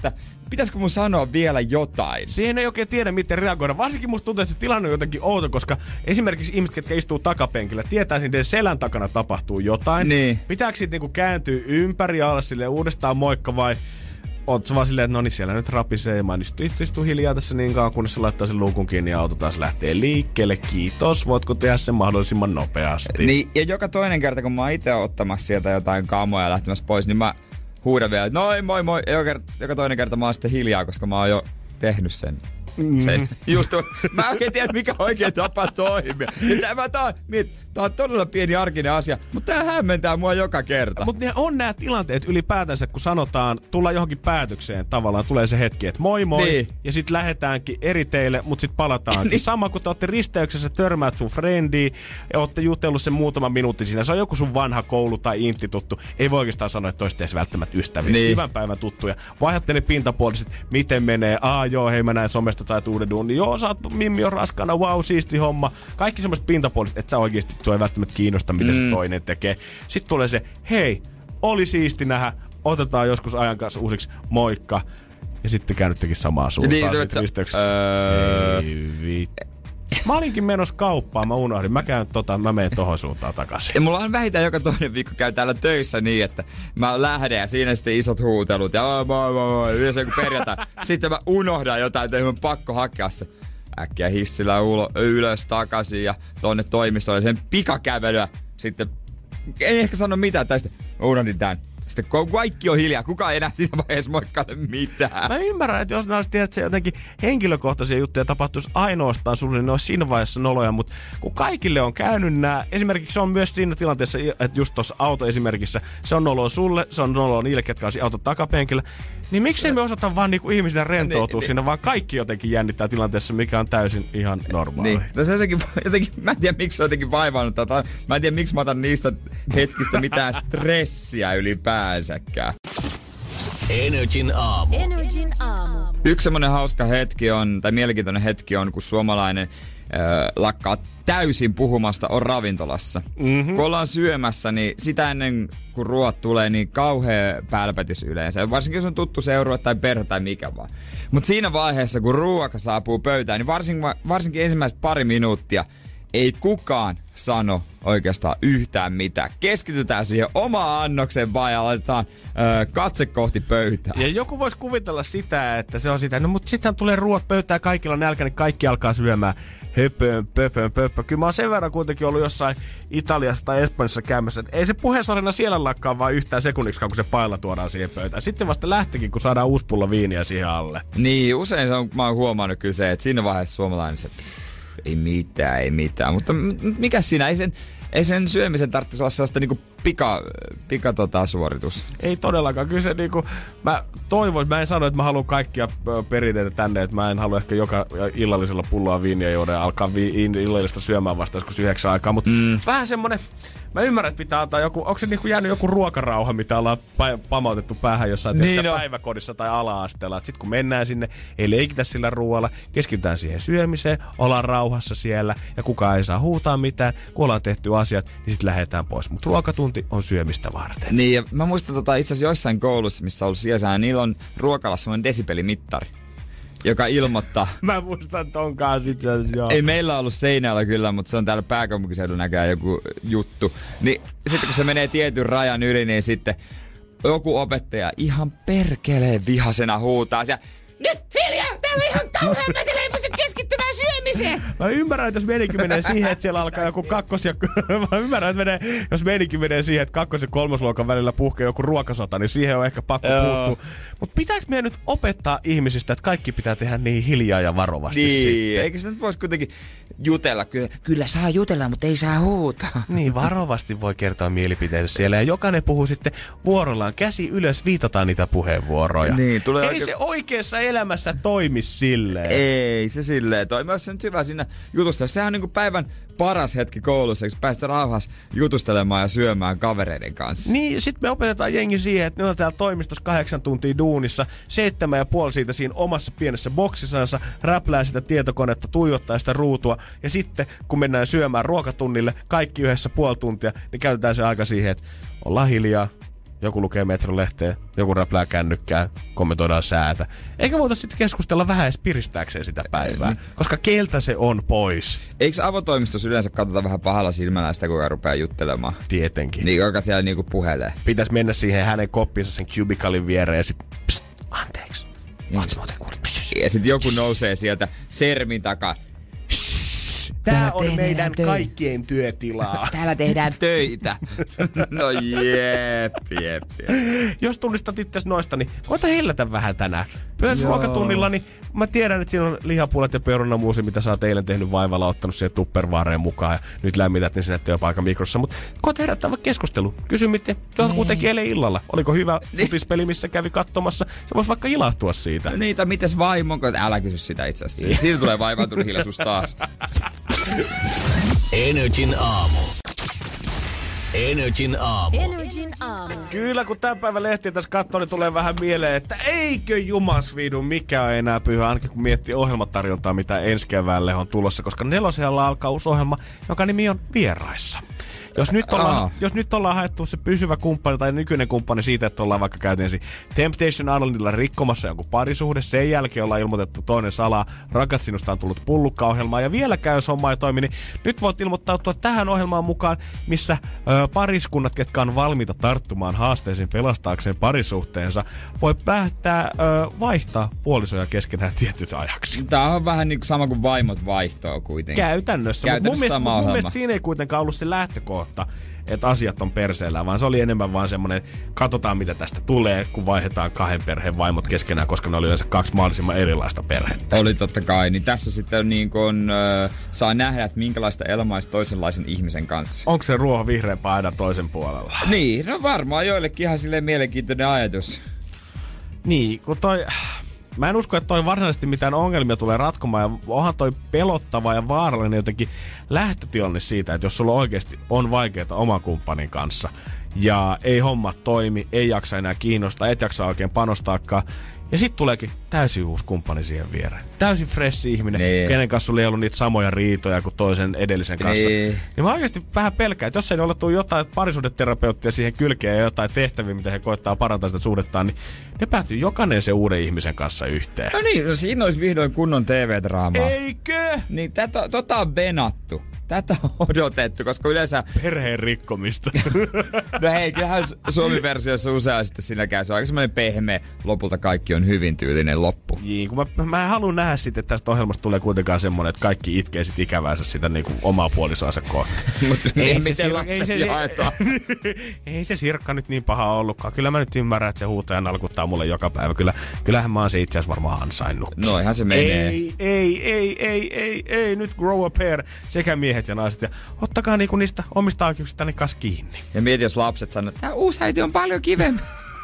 pitäisikö mun sanoa vielä jotain? Siihen ei oikein tiedä, miten reagoida. Varsinkin musta tuntuu, että se tilanne on jotenkin outo, koska esimerkiksi ihmiset, ketkä istuu takapenkillä, tietää, että selän takana tapahtuu jotain. Niin. Pitääkö siitä niinku kääntyä ympäri ja olla silleen uudestaan moikka vai oot sä vaan silleen, että no niin siellä nyt rapisee. Mä istuu, istuu hiljaa tässä niin kauan, kunnes se laittaa sen luukun kiinni ja auto taas lähtee liikkeelle. Kiitos, voitko tehdä sen mahdollisimman nopeasti? Niin, ja joka toinen kerta, kun mä oon itse ottamassa sieltä jotain kamoja ja lähtemässä pois, niin mä huudan vielä, että noi moi moi. Ja joka, joka toinen kerta mä oon sitten hiljaa, koska mä oon jo tehnyt sen. Sen mm. jutun. Mä en oikein tiedä, mikä oikein tapa toimia. Tämä tää on, tää on todella pieni arkinen asia, mutta tää hämmentää mua joka kerta. Mutta ne on nämä tilanteet ylipäätänsä, kun sanotaan, tullaan johonkin päätökseen tavallaan, tulee se hetki, että moi moi, niin. Ja sit lähdetäänkin eri teille, mutta sit palataankin. Niin. Sama kun te ootte risteyksessä, törmäät sun friendiin, ja ootte jutellut sen muutama minuutti siinä. Se on joku sun vanha koulu tai intti tuttu. Ei voi oikeastaan sanoa, että toista edes välttämättä ystäviä. Niin. Hyvän päivän tuttuja. Vaihdatte ne pintapuoliset, miten menee. Aa joo, hei mä näin somesta tai uuden duunin. Joo, sä oot, Mimmi on raskana, wow, siisti homma. Kaikki semmoiset pintapuoliset, että sä oikeesti sua ei välttämättä kiinnosta, mitä mm. se toinen tekee. Sitten tulee se, hei, oli siisti nähdä, otetaan joskus ajan kanssa uusiksi, moikka. Ja sitten käännyttekin samaa suuntaan. Niin, sitten risteyksessä. Öö... Ei vittu. Mä olinkin menossa kauppaan, mä unohdin. Mä käyn tota, mä menen tohon suuntaan takaisin. Ja mulla on vähintään joka toinen viikko käy täällä töissä niin, että mä lähden ja siinä sitten isot huutelut ja moi moi moi, yleensä joku perjantai. Sitten mä unohdan jotain, että mun pakko hakea se. Äkkiä hissillä ulo, ylös takaisin ja tonne toimistolle sen pikakävelyä. Sitten en ehkä sano mitään, tai sitten mä unohdin tän. Sitten kun kaikki on hiljaa, kukaan ei enää siinä vaiheessa moikkaile mitään. Mä ymmärrän, että jos ne olisi tiedät, että se jotenkin henkilökohtaisia juttuja tapahtuisi ainoastaan sulle, niin ne olisi siinä vaiheessa noloja, mutta kun kaikille on käynyt nämä, esimerkiksi se on myös siinä tilanteessa, että just tuossa autoesimerkissä, se on noloa sulle, se on noloa niille, ketkä on siinä auton takapenkillä, niin miksei me osata vaan niinku ihmisinä rentoutua niin, siinä, niin. Vaan kaikki jotenkin jännittää tilanteessa, mikä on täysin ihan normaali. Niin, no se jotenkin, jotenkin, mä en tiedä miksi se on jotenkin vaivannut tätä, mä en tiedä miksi mä otan niistä hetkistä mitään stressiä ylipäänsä. Energin aamu. Energin aamu. Yksi semmonen hauska hetki on, tai mielenkiintoinen hetki on, kun suomalainen äh, lakkaa täysin puhumasta on ravintolassa. Mm-hmm. Kun ollaan syömässä, niin sitä ennen kuin ruoat tulee, niin kauhea pälpätys yleensä. Varsinkin jos on tuttu seurue tai perhe tai mikä vaan. Mutta siinä vaiheessa, kun ruoka saapuu pöytään, niin varsinkin, varsinkin ensimmäiset pari minuuttia ei kukaan sano oikeastaan yhtään mitään. Keskitytään siihen omaan annokseen vaan ja laitetaan öö, katse kohti pöytää. Ja joku voisi kuvitella sitä, että se on sitä, no mutta sitten tulee ruoat pöytään, kaikilla on nälkä, niin kaikki alkaa syömään höpöön, pöpöön, pöpö. Kyllä mä oon sen verran kuitenkin ollut jossain Italiassa tai Espanjassa käymässä, että ei se puheensarina siellä lakkaa vaan yhtään sekunniksikaan, kun se pailla tuodaan siihen pöytään. Sitten vasta lähtikin, kun saadaan uusi pullo viiniä siihen alle. Niin, usein se on, mä oon huomannut kyllä se, että siinä vaiheessa suomalainen se... Ei mitään, ei mitään. Mutta mikä siinä? Ei sen, ei sen syömisen tarvitsisi olla sellaista niinku pika, pika tota, suoritus. Ei todellakaan. Kyllä se niinku, mä toivon, mä en sano, että mä haluan kaikkia perinteitä tänne, että mä en halua ehkä joka illallisella pulloa viiniä juoda ja alkaa vi- illallista syömään vasta joskus yhdeksän aikaa, mutta mm. vähän semmonen, mä ymmärrän, että pitää antaa joku, onko se niinku jäänyt joku ruokarauha, mitä ollaan pa- pamautettu päähän jossain niin no. päiväkodissa tai ala-asteella. Sitten kun mennään sinne, ei leikitä sillä ruoalla, keskitytään siihen syömiseen, ollaan rauhassa siellä ja kukaan ei saa huutaa mitään. Kun ollaan tehty asiat, niin sitten lähdetään pois. Mutta ruokatunti on syömistä varten. Niin ja mä muistan tota, itse asiassa joissain koulussa, missä on ollut sijaisää, niillä on ruokalassa semmoinen desibelimittari, joka ilmoittaa. Mä muistan ton kanssa itse asiassa, joo. Ei meillä ollut seinällä kyllä, mutta se on täällä pääkaupunkiseudulla näkään joku juttu. Niin sitten kun se menee tietyn rajan yli, niin sitten joku opettaja ihan perkeleen vihasena huutaa siellä, nyt hiljaa! Täällä on ihan kauhean vetellä, ei pysty keskittymään syömiseen! Mä ymmärrän, että jos meininki menee siihen, että siellä alkaa joku kakkos ja... Mä ymmärrän, että menee, jos meininki menee siihen, että kakkos- ja kolmosluokan välillä puhkee joku ruokasota, niin siihen on ehkä pakko puuttua. Mut pitääkö meidän nyt opettaa ihmisistä, että kaikki pitää tehdä niin hiljaa ja varovasti niin, sitten? Eikö se nyt voisi kuitenkin jutella? Kyllä, kyllä saa jutella, mutta ei saa huutaa. Niin, varovasti voi kertoa mielipiteensä siellä. Ja jokainen puhuu sitten vuorollaan. Käsi ylös, viitataan niitä puheenvuoroja. Niin, tulee ei oikein... se oikeassa elämässä toimi silleen. Ei se silleen toimi. Olisi se nyt hyvä siinä jutustella. Sehän on niinku päivän paras hetki koulussa, eikö päästä rauhassa jutustelemaan ja syömään kavereiden kanssa. Niin, sit me opetetaan jengi siihen, että ne on täällä toimistossa kahdeksan tuntia duunissa, seitsemän ja puoli siitä siinä omassa pienessä boksissansa, räplää sitä tietokonetta, tuijottaa sitä ruutua, ja sitten kun mennään syömään ruokatunnille, kaikki yhdessä puoli tuntia, niin käytetään se aika siihen, että ollaan hiljaa, joku lukee Metro-lehteä, joku räplää kännykkää, kommentoidaan säätä. Eikä voita sitten keskustella vähän edes piristääkseen sitä päivää, mm. koska keiltä se on pois. Eikö avotoimistossa yleensä katsota vähän pahalla silmällä sitä, kuka rupeaa juttelemaan? Tietenkin. Niin, joka siellä niinku puhelee. Pitäis mennä siihen hänen koppiinsa sen cubicalin viereen ja sit pst, anteeksi. Niin. Ootko muuten kuullut? Ja sit joku nousee sieltä sermin takaa. Tää on meidän kaikkien työtilaa. Täällä tehdään töitä. No jep, jep, jep. Jos tunnistat itses noista, niin koita hillätä vähän tänään. Pyhäs ruokatunnilla, niin mä tiedän, että siinä on lihapuolet ja perunamuusi, mitä sä oot eilen tehnyt vaivalla, ottanut siihen tupperwareen mukaan ja nyt lämmität niin sinne työpaikan mikrossa. Mutta koita herättää vaikka keskustelu. Kysy, miten joku teki eilen illalla. Oliko hyvä futispeli, missä kävi katsomassa? Se vois vaikka ilahtua siitä. No niitä, mites vaimon? Älä kysy sitä itse asiassa. Siitä tulee vaivaantunut hiljaisuus taas. Energin aamu. Energin aamu. Energin aamu. Kyllä, kun tämän päivän lehtiä tässä katsoo, niin tulee vähän mieleen, että eikö jumasviidun mikä on enää pyhä, ainakin kun miettii ohjelmatarjontaa, mitä ensi keväälle on tulossa, koska nelosella alkaa uusi ohjelma, jonka nimi on Vieraissa. Jos nyt, ollaan, jos nyt ollaan haettu se pysyvä kumppani tai nykyinen kumppani siitä, että ollaan vaikka käytiin Temptation Islandilla rikkomassa jonkun parisuhde, sen jälkeen ollaan ilmoitettu toinen salaa, rakas sinusta on tullut pullukka-ohjelmaa ja vieläkään jos homma ei toimi, niin nyt voit ilmoittautua tähän ohjelmaan mukaan, missä ö, pariskunnat, ketkä on valmiita tarttumaan haasteisiin pelastaakseen parisuhteensa, voi päättää ö, vaihtaa puolisoja keskenään tietyt ajaksi. Tää on vähän niin kuin sama kuin vaimot vaihtoo kuitenkin. Käytännössä. Käytännössä mun, sama mielestä, mun mielestä siinä ei kuitenkaan ollut se lähtökohta, että asiat on perseellä, vaan se oli enemmän vaan semmonen, katsotaan mitä tästä tulee, kun vaihdetaan kahden perheen vaimot keskenään, koska ne oli yleensä kaksi mahdollisimman erilaista perhettä. Oli totta kai, niin tässä sitten niin kun, äh, saa nähdä, että minkälaista elämää toisenlaisen ihmisen kanssa. Onko se ruoho vihreämpää aina toisen puolella? Niin, no varmaan joillekin ihan silleen mielenkiintoinen ajatus. Niin, kun toi... Mä en usko, että toi varsinaisesti mitään ongelmia tulee ratkomaan, ja onhan toi pelottava ja vaarallinen jotenkin lähtötilanne siitä, että jos sulla oikeasti on vaikeaa oman kumppanin kanssa, ja ei hommat toimi, ei jaksa enää kiinnostaa, et jaksa oikein panostaakaan, ja sit tuleekin täysin uusi kumppani siihen viereen. Täysin fresh ihminen, niin. Kenen kanssa sulla ei ollut niitä samoja riitoja kuin toisen edellisen kanssa. Niin, niin mä oikeasti vähän pelkään, että jos ei ole tullut jotain parisuhdeterapeuttia siihen kylkeen ja jotain tehtäviä, mitä he koettaa parantaa sitä suhdettaan, niin ne päätyy jokainen sen uuden ihmisen kanssa yhteen. No niin, no siinä olisi vihdoin kunnon T V-draamaa. Eikö? Niin, tätä, tota on venattu. Tätä on odotettu, koska yleensä... Perheen rikkomista. No hei, kyllähän Suomi-versiossa usein sitten siinä käy. Se on aika semmoinen pehmeä, lopulta kaikki on hyvin tyylinen loppu. Niin, kun mä, mä haluan nähdä sitten, että tästä ohjelmasta tulee kuitenkaan semmoinen, että kaikki itkee sit ikävänsä sitä niinku omaa puolisoansa kohtaan. Mutta ei, miten lapset jaetaan? Ei se Sirkka nyt niin paha ollutkaan. Kyllä mä nyt ymmärrän, että se huutaja nalkuttaa mulle joka päivä. Kyllä, kyllähän mä oon se itse asiassa varmaan ansainnut. No ihan se menee. Ei, ei, ei, ei, ei, ei, nyt grow a pair. Sekä miehet ja naiset. Ja ottakaa niinku niistä omista oikeuksista ne kanssa kiinni. Ja mieti, jos lapset sanoo, että tää uusi äiti on paljon kivempi.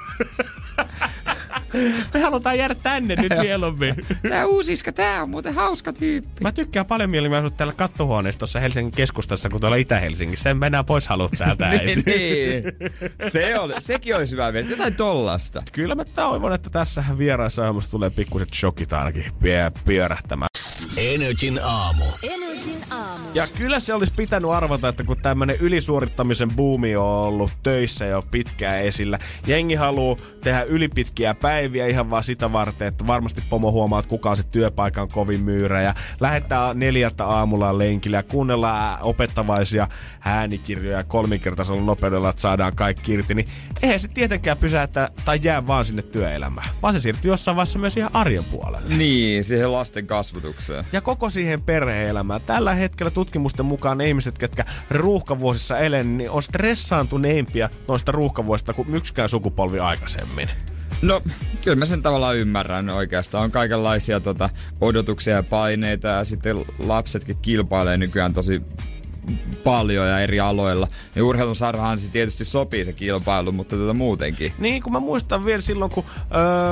Me halutaan jäädä tänne nyt mieluummin. Tää uusiska, tää on muuten hauska tyyppi. Mä tykkään paljon mieluummin asua täällä kattohuoneistossa Helsingin keskustassa, kun tuolla Itä-Helsingissä. En mä enää pois halua täältä äiti. niin, Se oli, sekin olisi hyvä vielä. Jotain tollasta. Kyllä mä toivon, että tässä vieraissa ohjelmassa tulee pikkuset shokit ainakin pyörähtämään. Energin aamu. Energin aamu. Ja kyllä se olisi pitänyt arvata, että kun tämmönen ylisuorittamisen buumi on ollut töissä jo pitkään esillä, jengi haluu tehdä ylipitkiä päiviä ihan vaan sitä varten, että varmasti pomo huomaa, että kuka on se työpaikan kovin myyrä ja lähettää neljältä aamulla lenkillä ja kuunnellaan opettavaisia äänikirjoja kolminkertaisella nopeudella, että saadaan kaikki irti, niin eihän se tietenkään pysäytä tai jää vaan sinne työelämään, vaan se siirtyy jossain vaiheessa myös ihan arjen puolelle. Niin, siihen lasten kasvatukseen. Ja koko siihen perhe-elämään. Tällä hetkellä tutkimusten mukaan ne ihmiset, ketkä ruuhkavuosissa elen, niin on stressaantuneimpia noista ruuhkavuosista kuin yksikään sukupolvi aikaisemmin. No, kyllä mä sen tavallaan ymmärrän oikeastaan. On kaikenlaisia tota, odotuksia ja paineita ja sitten lapsetkin kilpailee nykyään tosi paljon ja eri aloilla. Ja urheilun sarhaan se tietysti sopii se kilpailu, mutta tota muutenkin. Niin, kun mä muistan vielä silloin, kun öö,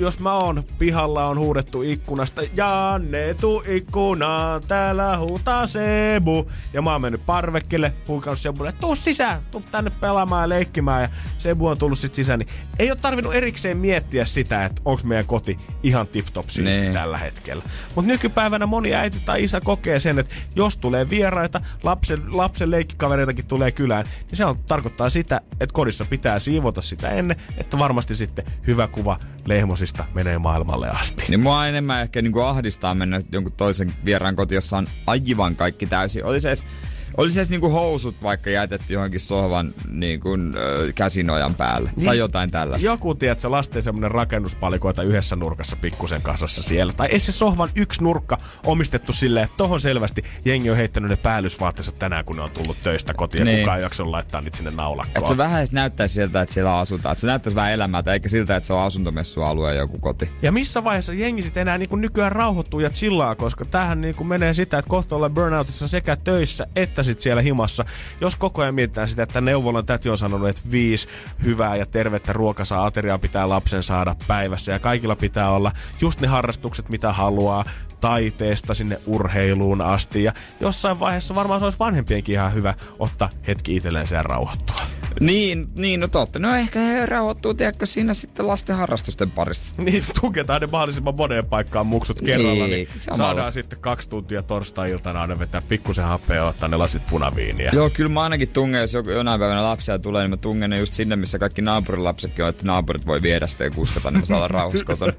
jos mä oon pihalla, on huudettu ikkunasta, Janne, tuu ikkunaan, täällä huutaa Sebu. Ja mä oon mennyt parvekkelle, huikannut Sebulle, tuu sisään, tuu tänne pelaamaan ja leikkimään. Ja Sebu on tullut sit sisään, niin ei oo tarvinnut erikseen miettiä sitä, että onks meidän koti ihan tip-top siisti tällä hetkellä. Mut nykypäivänä moni äiti tai isä kokee sen, että jos tulee vieraita, lapsen, lapsen leikkikavereitakin tulee kylään, niin se on, tarkoittaa sitä, että kodissa pitää siivota sitä ennen, että varmasti sitten hyvä kuva lehmosista menee maailmalle asti. Niin mua enemmän ehkä niinku ahdistaa mennä jonkun toisen vieraan kotiin, jossa on aivan kaikki täysin. Oli se edes, oli se edes niinku housut vaikka jätetty johonkin sohvan niinku, ö, käsinojan päälle. Niin, tai jotain tällaista. Joku, tiedätkö, lasten semmonen rakennuspalikoita yhdessä nurkassa pikkusen kasassa siellä. Tai ei se sohvan yksi nurkka omistettu silleen, että tohon selvästi jengi on heittänyt ne päällysvaatteensa tänään, kun ne on tullut töistä kotiin. Niin. Ja kukaan ei jaksanut laittaa niitä sinne naulakkoon. Että se vähän edes näyttäisi siltä, että siellä asutaan. Että se näyttäisi vähän elämältä, eikä siltä, että se on asuntomessualue joku koti. Ja missä vaiheessa jengi sit enää niinku nykyään rauhoittuu ja chillaa, koska tämähän niinku menee sitä, että kohta ollaan burnoutissa sekä töissä että sit siellä himassa. Jos koko ajan mietitään sitä, että neuvolan täti on sanonut, että viisi hyvää ja tervettä ruokasaa ateriaa pitää lapsen saada päivässä ja kaikilla pitää olla just ne harrastukset, mitä haluaa, taiteesta sinne urheiluun asti. Ja jossain vaiheessa varmaan se olisi vanhempienkin ihan hyvä ottaa hetki itselleen ja rauhoittua. Niin, niin, no totta. No ehkä he rauhoittuu, tiedätkö, siinä sitten lasten harrastusten parissa. Niin, tuketaan ne mahdollisimman moneen paikkaan muksut kerralla, niin, niin saadaan samalla sitten kaksi tuntia torstai-iltana aina vetää pikkusen happea ja ottaa ne lasit punaviiniä. Joo, kyllä mä ainakin tungen, jos joku, jonain päivänä lapsia tulee, niin mä tungen ne just sinne, missä kaikki naapurilapsetkin on, että naapurit voi viedä sitä ja kuskata, niin mä saan olla rauhassa kotona.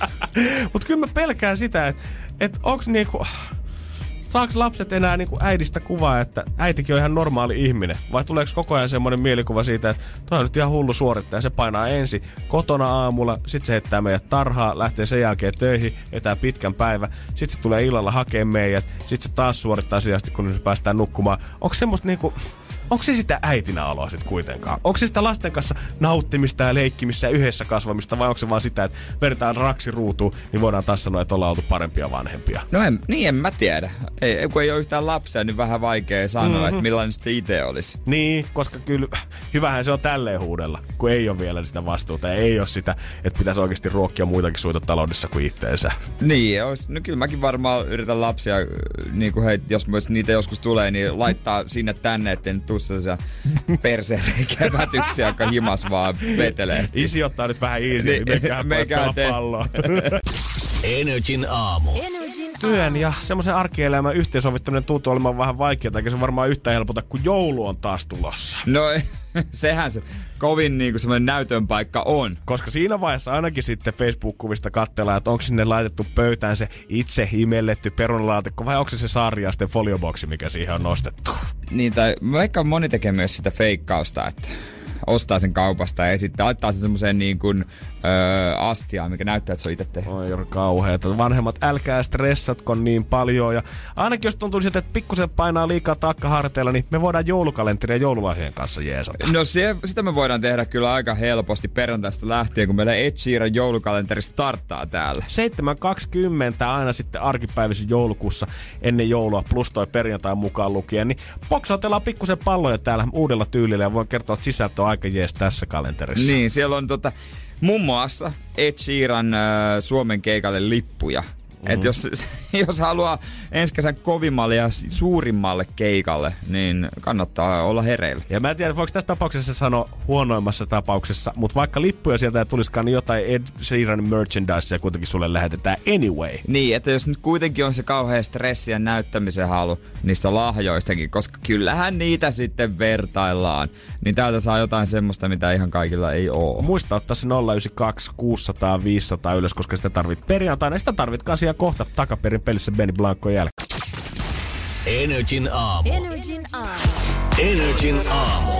Mut kyllä mä pelkään sitä, että et onks niinku, saaks lapset enää niinku äidistä kuvaa, että äitikin on ihan normaali ihminen? Vai tuleeko koko ajan semmoinen mielikuva siitä, että toi on nyt ihan hullu suorittaja, se painaa ensin kotona aamulla, sit se heittää meidät tarhaa, lähtee sen jälkeen töihin, etää pitkän päivän, sit se tulee illalla hakee meidät, sit se taas suorittaa sijasti, kun se päästään nukkumaan. Onko semmoista niinku, onko se sitä äitinä oloa sit kuitenkaan? Onko se sitä lasten kanssa nauttimista ja leikkimistä ja yhdessä kasvamista, vai onko se vaan sitä, että vedetään raksi ruutuun, niin voidaan taas sanoa, että ollaan oltu parempia vanhempia? No en, niin en mä tiedä. Ei, kun ei ole yhtään lapsia, niin vähän vaikea sanoa, mm-hmm. että millainen sitten itse olisi. Niin, koska kyllä hyvähän se on tälleen huudella, kun ei ole vielä sitä vastuuta ja ei ole sitä, että pitäisi oikeasti ruokkia muitakin suita taloudessa kuin itteensä. Niin, ois, no kyllä mäkin varmaan yritän lapsia, niin kuin hei, jos niitä joskus tulee, niin laittaa sinne tänne, ettei nyt tuu sellaisia persereikä vätyksiä, jotka himas vaan vetelee. Isi ottaa nyt vähän easy, niin meikään paittaa palloa. Energin aamu. Työn ja semmoisen arkielämän yhteensovittaminen tuntuu olemaan vähän vaikeaa, eikä se varmaan yhtä helpota, kun joulu on taas tulossa. No sehän se kovin niinku semmoinen näytön paikka on. Koska siinä vaiheessa ainakin sitten Facebook-kuvista katsellaan, että onko sinne laitettu pöytään se itse imelletty perunalaatikko vai onko se se sarjasten folioboksi, mikä siihen on nostettu. Niin, tai vaikka moni tekee myös sitä feikkausta, että ostaa sen kaupasta ja sitten laittaa sen semmoiseen niin kuin öö, astiaan, mikä näyttää, että se on itse tehty. Oi, on kauheeta. Vanhemmat, älkää stressatko niin paljon. Ja ainakin jos tuntuu siltä, että pikkusen painaa liikaa taakkaharteilla, niin me voidaan joulukalenteria joululahjojen kanssa jeesata. No se, sitä me voidaan tehdä kyllä aika helposti perjantaista lähtien, kun meillä Ed Sheeran joulukalenteri starttaa täällä. seitsemän kaksikymmentä aina sitten arkipäivisin joulukuussa ennen joulua, plus toi perjantai mukaan lukien, niin boksautellaan pikkusen palloja täällä uudella tyylillä ja voin kertoa, että sisältö on aika jees tässä kalenterissa. Niin, siellä on tota, muun muassa Ed Sheeran äh, Suomen keikalle lippuja. Mm-hmm. Et jos, jos haluaa ensi kesän kovimmalle ja suurimmalle keikalle, niin kannattaa olla hereillä. Ja mä en tiedä, voiko tässä tapauksessa sanoa huonoimmassa tapauksessa, mutta vaikka lippuja sieltä ei tulisikaan, niin jotain Ed Sheeran merchandisea kuitenkin sulle lähetetään anyway. Niin, että jos nyt kuitenkin on se kauhea stressi ja näyttämisen halu niistä lahjoistakin, koska kyllähän niitä sitten vertaillaan, niin täältä saa jotain semmoista, mitä ihan kaikilla ei oo. Muista ottaa se nolla yhdeksän kaksi kuusisataa viisisataa ylös, koska sitä tarvit perjantaina, sitä tarvitkaan siellä kohta takaperin pelissä Benny Blancon jälkeen. Energin aamu. Energin aamu. Energin aamu.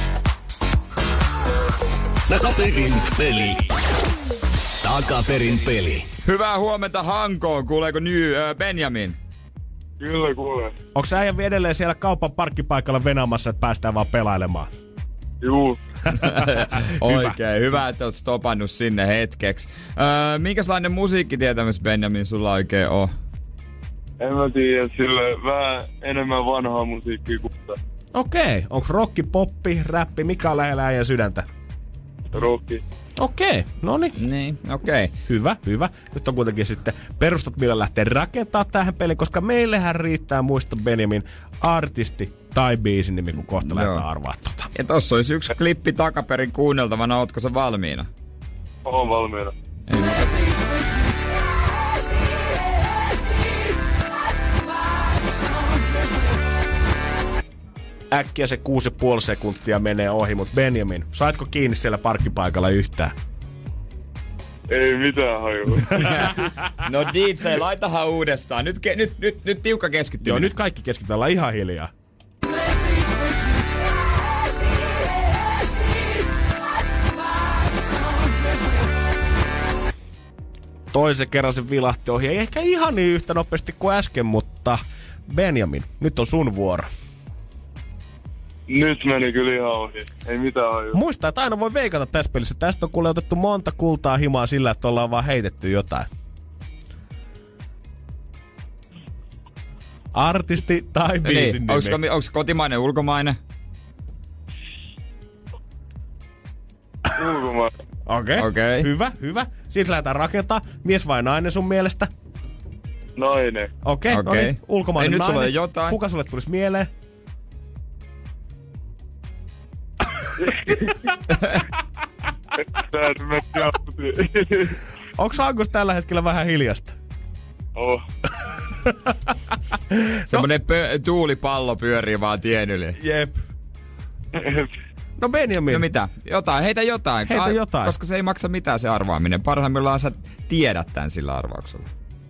Takaperin peli. Takaperin peli. Hyvää huomenta Hankoon, kuuleeko New äh, Benjamin? Kyllä kuulee. Onko sä äijä edelleen siellä kaupan parkkipaikalla venaamassa, että päästään vaan pelailemaan? Juu. Oikein, hyvä, että oot stopannut sinne hetkeksi. Öö, minkälainen musiikkitietämys Benjamin sulla oikein on? En mä tiedä, sille vähän enemmän vanhaa musiikkia kuin sitä. Okei, onko rocki, poppi, räppi, mikä on lähellä äijän sydäntä? ruuhkiin. Okei, okay, no niin. Niin, okei. Okay. Hyvä, hyvä. Nyt on kuitenkin sitten perustat, millä lähtee rakentaa tähän peliin, koska meillähän riittää muista Benjamin artisti tai biisin nimi, kun kohta lähdetään arvaa tota. Ja tossa olisi yksi klippi takaperin kuunneltavana, ootko sä valmiina? Oon valmiina. Ei mitään. Äkkiä se kuusi pilkku viisi sekuntia menee ohi, mutta Benjamin, saitko kiinni siellä parkkipaikalla yhtään? Ei mitään hajua. No D J, laitahan uudestaan. Nyt, ke, nyt, nyt, nyt tiukka keskittyminen. Joo, nyt kaikki keskitytään, ollaan ihan hiljaa. Toisen kerran se vilahti ohi. Ei ehkä ihan niin yhtä nopeasti kuin äsken, mutta Benjamin, nyt on sun vuoro. Nyt meni kyllä ihan ohi. Ei mitään hajua. Muista, että aina voi veikata tässä pelissä. Tästä on kuule otettu monta kultaa himaa sillä, että ollaan vaan heitetty jotain. Artisti tai biisin niin, nimi. Onko, onko kotimainen, ulkomainen? Ulkomainen. Okei, okay. Okay. Hyvä, hyvä. Siitä lähdetään rakentaa. Mies vai nainen sun mielestä? Nainen. Okei, okay, okay. no niin. Ulkomainen Ei, nyt nainen. sulla on jotain. Kuka sulle tulisi mieleen? Tää se meni japputiin. Onko Angus tällä hetkellä vähän hiljasta? Oh. Semmonen pö- tuulipallo pyörii vaan tien yli. Jep. No Benjamin. No mitä? Jotain, heitä jotain. Heitä Ai, jotain. Koska se ei maksa mitään se arvaaminen. Parhaimmillaan sä tiedät tän sillä arvauksella.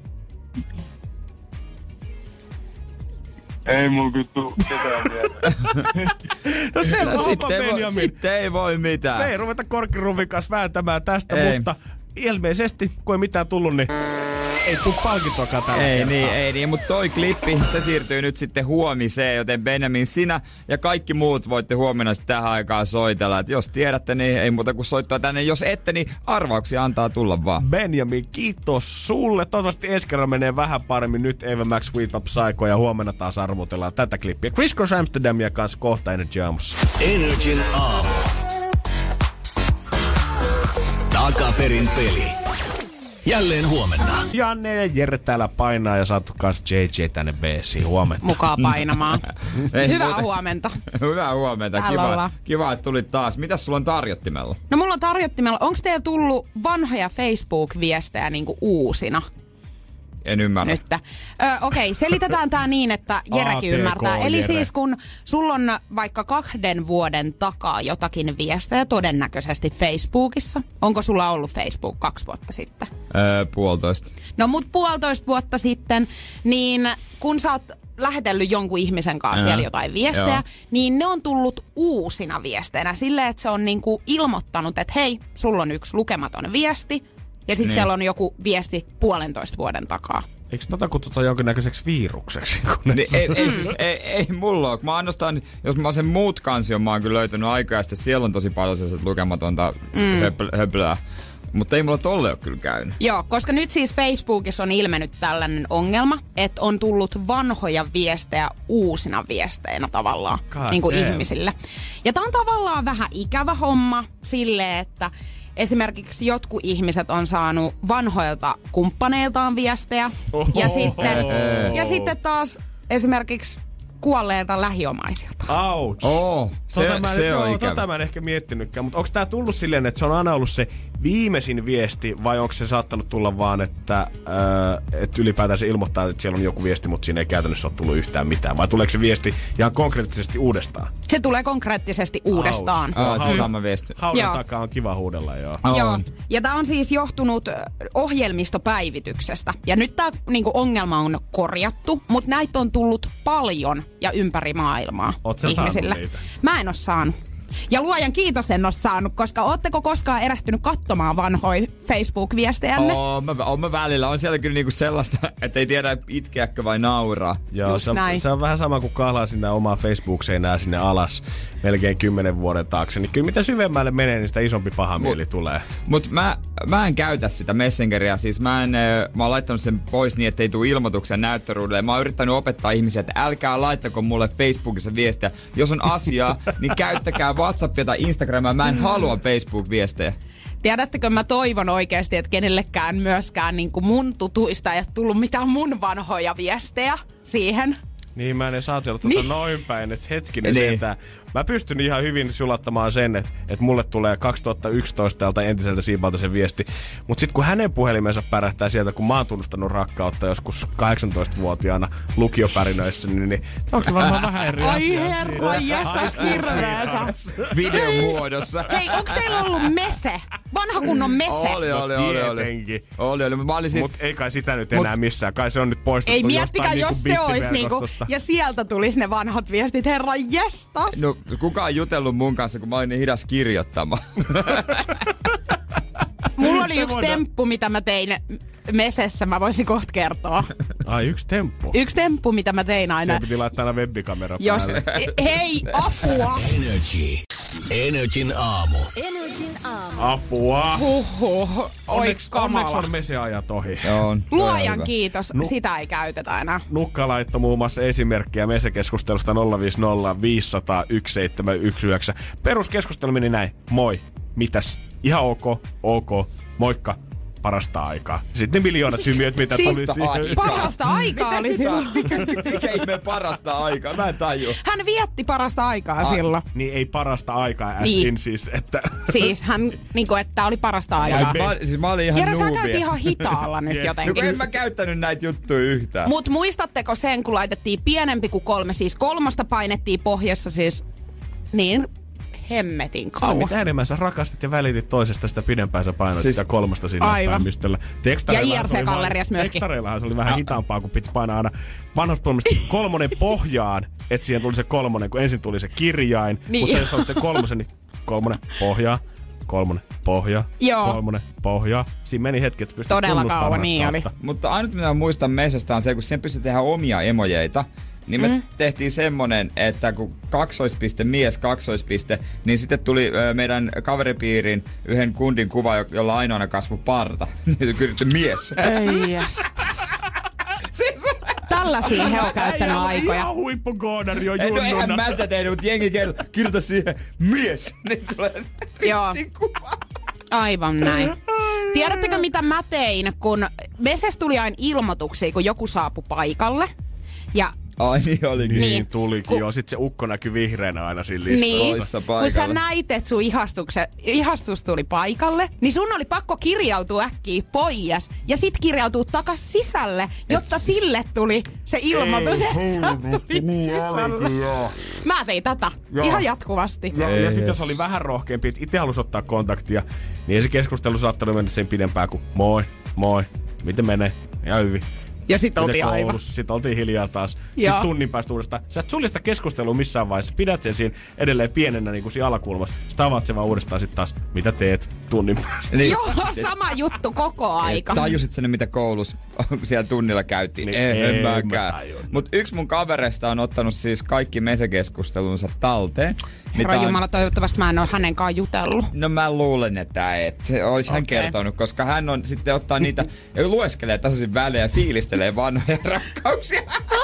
Ei mulla kyllä tuu ketään mieleen. No se no on sitten, Benjamin. ei voi, sitten ei voi mitään. Me ei ruveta korkkiruvin kanssa vääntämään tästä, ei. mutta ilmeisesti, kun ei mitään tullut, niin ei tuu palkintoakaan tällä Ei kertaa. niin, ei niin, mutta toi klippi, se siirtyy nyt sitten huomiseen, joten Benjamin, sinä ja kaikki muut voitte huomenna sitten tähän aikaan soitella. Et jos tiedätte, niin ei muuta kuin soittaa tänne. Jos ette, niin arvauksia antaa tulla vaan. Benjamin, kiitos sulle. Toivottavasti ensi kerran menee vähän paremmin. Nyt Eva Max, Sweet Up Psycho ja huomenna taas arvotellaan tätä klippiä. Chris Cross Amsterdamia kanssa kohta Energy Aamussa. Energin aamu. Takaperin peli. Jälleen huomenna. Janne ja Jere täällä painaa ja saatu kanssa J J tänne beesiin. Huomenta. Mukaan painamaan. Hyvää muuta. huomenta. Hyvää huomenta. Täällä Kiva, ollaan. kiva, että tulit taas. Mitäs sulla on tarjottimella? No mulla on tarjottimella, onko teillä tullut vanhoja Facebook-viestejä niinku uusina? En ymmärrä. Nyt. Ö, Okei, okay, selitetään tää niin, että Jerekin A T K ymmärtää. Eli Jere. siis kun sulla on vaikka kahden vuoden takaa jotakin viestejä todennäköisesti Facebookissa. Onko sulla ollut Facebook kaksi vuotta sitten? Öö, puolitoista. No mut puolitoista vuotta sitten, niin kun sä oot lähetellyt jonkun ihmisen kanssa Ää, siellä jotain viestejä, joo. niin ne on tullut uusina viesteinä silleen, että se on niinku ilmoittanut, että hei, sulla on yksi lukematon viesti. Ja sitten Niin. siellä on joku viesti puolentoista vuoden takaa. Eikö tota kutsuta jonkinnäköiseksi viirukseksi? Niin, ei, ei, siis, ei, ei mulla ole. Mä ainoastaan, jos mä sen muut kansion mä oon kyllä löytänyt aikaa, ja sitten siellä on tosi paljon sellaiset lukematonta mm. höp- höplää. Mutta ei mulla tolle ole kyllä käynyt. Joo, koska nyt siis Facebookissa on ilmennyt tällainen ongelma, että on tullut vanhoja viestejä uusina viesteinä tavallaan niin kuin ihmisille. Ja tää on tavallaan vähän ikävä homma silleen, että esimerkiksi jotkut ihmiset on saanut vanhoilta kumppaneiltaan viestejä. Ja sitten, ja sitten taas esimerkiksi kuolleilta lähiomaisilta. Ouch. Oh, se, Tota mä, se joo, on ikävä. Tota mä en ehkä miettinytkään, mutta onko tää tullut silleen, että se on aina ollut se viimeisin viesti, vai onko se saattanut tulla vaan, että, äh, että ylipäätään se ilmoittaa, että siellä on joku viesti, mutta siinä ei käytännössä ole tullut yhtään mitään, vai tuleeko se viesti ihan konkreettisesti uudestaan? Se tulee konkreettisesti uudestaan. Oh, se sama viesti. Haudan Joo. takaa on kiva huudella, joo. Oh. Joo, ja tämä on siis johtunut ö, ohjelmistopäivityksestä. Ja nyt tämä niinku, ongelma on korjattu, mutta näitä on tullut paljon ja ympäri maailmaa Oot sä ihmisille. saanut niitä? Mä en oo saanut. Ja luojan kiitos en oo saanut, koska ootteko koskaan erehtynyt katsomaan vanhoja Facebook-viestejänne? Oh, mä, on mä välillä. On siellä kyllä niinku sellaista, että ei tiedä itkeäkö vai nauraa. Joo, Just se, on, näin. se on vähän sama kuin kahlaa sinne omaa Facebook-seinää sinne alas melkein kymmenen vuoden taakse. Niin kyllä mitä syvemmälle menee, niin sitä isompi paha mieli tulee. Mut mä, mä en käytä sitä Messengeria. Siis mä, en, ö, mä oon laittanut sen pois niin, ettei tule ilmoituksen näyttöruudulle. Mä oon yrittänyt opettaa ihmisiä, että älkää laittako mulle Facebookissa viestiä. Jos on asiaa, niin käyttäkää WhatsAppia tai Instagramia. Mä en halua Facebook-viestejä. Tiedättekö, mä toivon oikeasti, että kenellekään myöskään niin kuin mun tutuista ei ole tullut mitään mun vanhoja viestejä siihen. Niin, mä en edes ajatella tuota niin. noin päin, että hetkinen niin. Sentään. Mä pystyn ihan hyvin sulattamaan sen, että, että mulle tulee kaksituhattayksitoista tältä entiseltä Siibalta se viesti. Mut sit kun hänen puhelimensa pärähtää sieltä, kun mä oon tunnustanut rakkautta joskus kahdeksantoistavuotiaana lukiopärinöissä, niin, niin se onkin varmaan vähän eri Ai asia. Ai herra, jästäs hirveetä. Videon muodossa. Hei, onks teillä ollut mese? Vanha kunnon mese? Oli, oli, oli. Oli, oli, oli. Mä olin siis... Mut ei kai sitä nyt enää missään. Kai se on nyt poistettu ei jostain miettikää, niinku jos se olisi niinku, ja sieltä tulisi ne vanhat viestit, herra jestas. No, kuka on jutellut mun kanssa, kun mä olin niin hidas kirjoittamaan? Mulla oli yksi temppu, mitä mä tein mesessä, mä voisin kohta kertoa. Ai, yksi temppu? Yksi temppu, mitä mä tein aina. Siellä piti laittaa aina webbikamera jos, päälle. Hei, apua! Energy. Energin aamu. Energin aamu. Apua! Huhhuh, oi onneksi, kamala. onneksi on meseajat ohi. Joo, Luojan kiitos, nu- sitä ei käytetä enää. Nukka laittoi muun muassa esimerkkiä mesekeskustelusta nolla viisi nolla viisi nolla nolla yksi seitsemän yksi yhdeksän. Peruskeskustelu meni näin. Moi. Mitäs? Ihan ok. Ok. Moikka. Parasta aikaa. Sitten ne miljoonat hymiöt, mitä siis tuli siihen. Parasta aikaa oli silloin. Mikä ihme parasta aikaa? Mä en tajua. Hän vietti parasta aikaa A- silloin. Niin ei parasta aikaa äsken niin. siis, että... Siis hän, niinku että oli parasta aikaa. Mä, siis mä olin ihan Jere, nuubia. sä käyt ihan hitaalla nyt jotenkin. No en mä käyttänyt näitä juttuja yhtään. Mut muistatteko sen, kun laitettiin pienempi kuin kolme, siis kolmosta painettiin pohjassa siis niin hemmetin kauan. Mitä enemmän sä rakastit ja välitit toisesta, sitä pidempään sä painoit siis, sitä kolmasta sinne päimistöllä. Ja I R C-gallerias myöskin. Tekstareillahan se oli vähän hitaampaa, kun piti painaa aina vanhoista kolmonen pohjaan, että siihen tuli se kolmonen, kun ensin tuli se kirjain. Niin. Mutta jos olet se kolmosen, niin kolmonen pohjaa, kolmonen pohjaa, Joo. kolmonen pohjaa. Siinä meni hetki, että pystyt todella tunnustamaan kauan, niin oli. Mutta ainut mitä mä muistan mesestä on se, kun sen pystyy tehdä omia emojeita. Niin me mm. tehtiin semmonen, että kun kaksoispiste mies, kaksoispiste, niin sitten tuli ö, meidän kaveripiirin yhden kundin kuva, jolla ainoana kasvu parta. Kysytty mies. Ei jästäs. Siis... Tällaisia he on käyttänyt aikoja. Ihan huippukoodari on junnuna. No eihän mä sitä tehnyt, mutta jengi kertoo, kirjoita siihen mies. Niin tulee se kuva. Aivan näin. Tiedättekö mitä mä tein, kun meses tuli aina ilmoituksia, kun joku saapui paikalle. Ja ai niin olikin. Niin, niin tulikin kun, joo. Sitten se ukko näkyi vihreänä aina siinä listassa. Niin, kun sä näit, että sun ihastus tuli paikalle, niin sun oli pakko kirjautua äkkiä pois ja sit kirjautua takas sisälle, jotta sille tuli se ilmoitus, että sä tulit sisälle. Mä tein tätä joo. ihan jatkuvasti. Ja, ja sit jos oli vähän rohkeampi, että itse halusi ottaa kontaktia, niin ei se keskustelu saattanut mennä sen pidempään kuin moi, moi, miten menee, ja hyvin. Ja sit oltiin aivan. Sitten oltiin hiljaa taas. Sitten tunnin päästä uudestaan. Sä et sulje sitä keskustelua missään vaiheessa. Pidät sen siinä edelleen pienenä niin kuin siinä alakulmassa. Sitten avaat sen vaan uudestaan sit taas. Mitä teet tunnin päästä? Niin. Joo, sama juttu koko aika. Tajusit sen, mitä koulussa siellä tunnilla käytiin. Niin, ei, en mäkään. Mut yksi mun kavereista on ottanut siis kaikki mesekeskustelunsa talteen. Herra Jumala, toivottavasti mä en ole hänen kanssaan jutellut. No mä luulen, että et. Se olisi okay. hän kertonut, koska hän on sitten ottaa niitä ja lueskelee tasaisin välein ja fiilistelee vanhoja rakkauksia.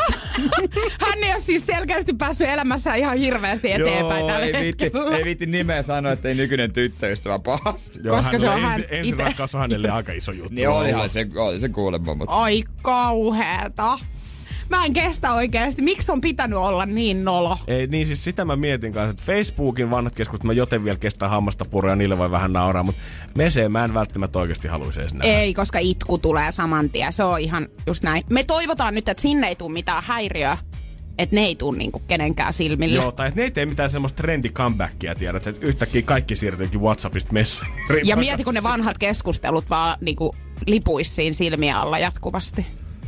Hän ei ole siis selkeästi päässyt elämässä ihan hirveästi eteenpäin tällä ei hetkellä. Viitti, ei viitti nimeä sanoa, että ei nykyinen tyttöystävä pahasti. Joo, koska se on hän ensi, ensi rakkaus on hänelle aika iso juttu. Niin olihan se, oli se kuulemma. Mutta... Ai kauheeta. Mä en kestä oikeesti. Miksi on pitänyt olla niin nolo? Ei, niin siis sitä mä mietin kanssa, että Facebookin vanhat keskustelut, mä joten vielä kestää hammasta puroja, niille voi vähän nauraa, mutta meseen mä en välttämättä oikeasti haluaisi edes nähdä. Ei, koska itku tulee saman tien. Se on ihan just näin. Me toivotaan nyt, että sinne ei tule mitään häiriöä. Että ne ei tule niinku kenenkään silmille. Joo, tai että ne ei tee mitään semmoista trendi comebackia, tiedät, että yhtäkkiä kaikki siirtyykin WhatsAppista messaan. Ja mieti, kun ne vanhat keskustelut vaan niinku lipuis siinä silmien alla jatkuvasti.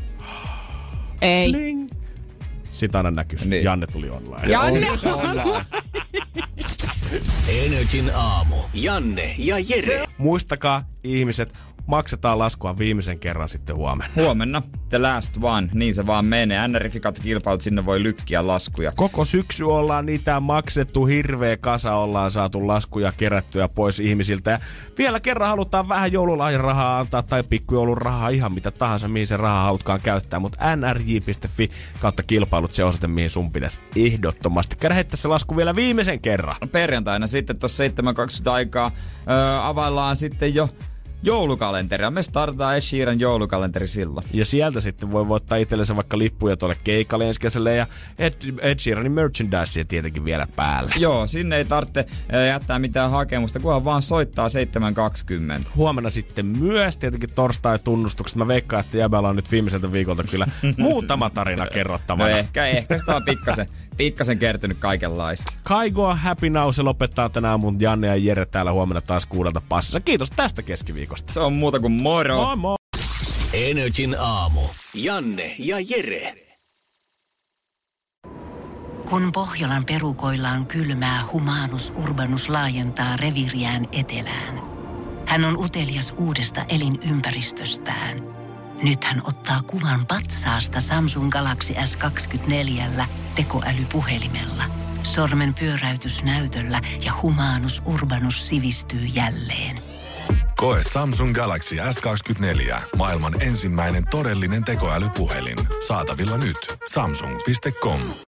Ei. Bling. Sitten aina näkyy. Niin. Janne tuli online. Janne online. Energin aamu. Janne ja Jere. Muistakaa ihmiset, maksetaan laskua viimeisen kerran sitten huomenna. Huomenna, the last one, niin se vaan menee. N R I kautta kilpailut, sinne voi lykkiä laskuja. Koko syksy ollaan niitä maksettu, hirveä kasa ollaan saatu laskuja kerättyä pois ihmisiltä. Ja vielä kerran halutaan vähän joululahjarahaa antaa tai pikkujoulun rahaa, ihan mitä tahansa, mihin se rahaa halutkaan käyttää. Mutta n r j piste f i kautta kilpailut, se osoite, mihin sun pitäisi ehdottomasti käydä heittää se lasku vielä viimeisen kerran. Perjantaina sitten tuossa seitsemän kaksikymmentä aikaa öö, availlaan sitten jo joulukalenteria. Me startaa Ed Sheeran joulukalenteri silloin. Ja sieltä sitten voi voittaa itsellensä vaikka lippuja tuolle keikalle ensi kesälle ja Ed, Ed Sheeranin merchandisea tietenkin vielä päälle. Joo, sinne ei tarvitse jättää mitään hakemusta, kunhan vaan soittaa seitsemän kaksikymmentä. Huomenna sitten myös tietenkin torstai-tunnustukset. Mä veikkaan, että jäbällä on nyt viimeiseltä viikolta kyllä muutama tarina kerrottavana. No ehkä, ehkä sitä on pikkasen, pikkasen kertynyt kaikenlaista. Kaigoa Happy Now, se lopettaa tänään mun Janne ja Jere täällä huomenna taas kuudelta passissa. Kiitos tästä keskiviikosta. Se on muuta kuin moro. Moi moi. Energin aamu. Janne ja Jere. Kun Pohjolan perukoillaan kylmää, Humanus Urbanus laajentaa reviiriään etelään. Hän on utelias uudesta elinympäristöstään. Nyt hän ottaa kuvan patsaasta Samsung Galaxy S kaksikymmentäneljä tekoälypuhelimella. Sormen pyöräytys näytöllä ja Humanus Urbanus sivistyy jälleen. Koe Samsung Galaxy S kaksikymmentäneljä. Maailman ensimmäinen todellinen tekoälypuhelin. Saatavilla nyt. Samsung piste com.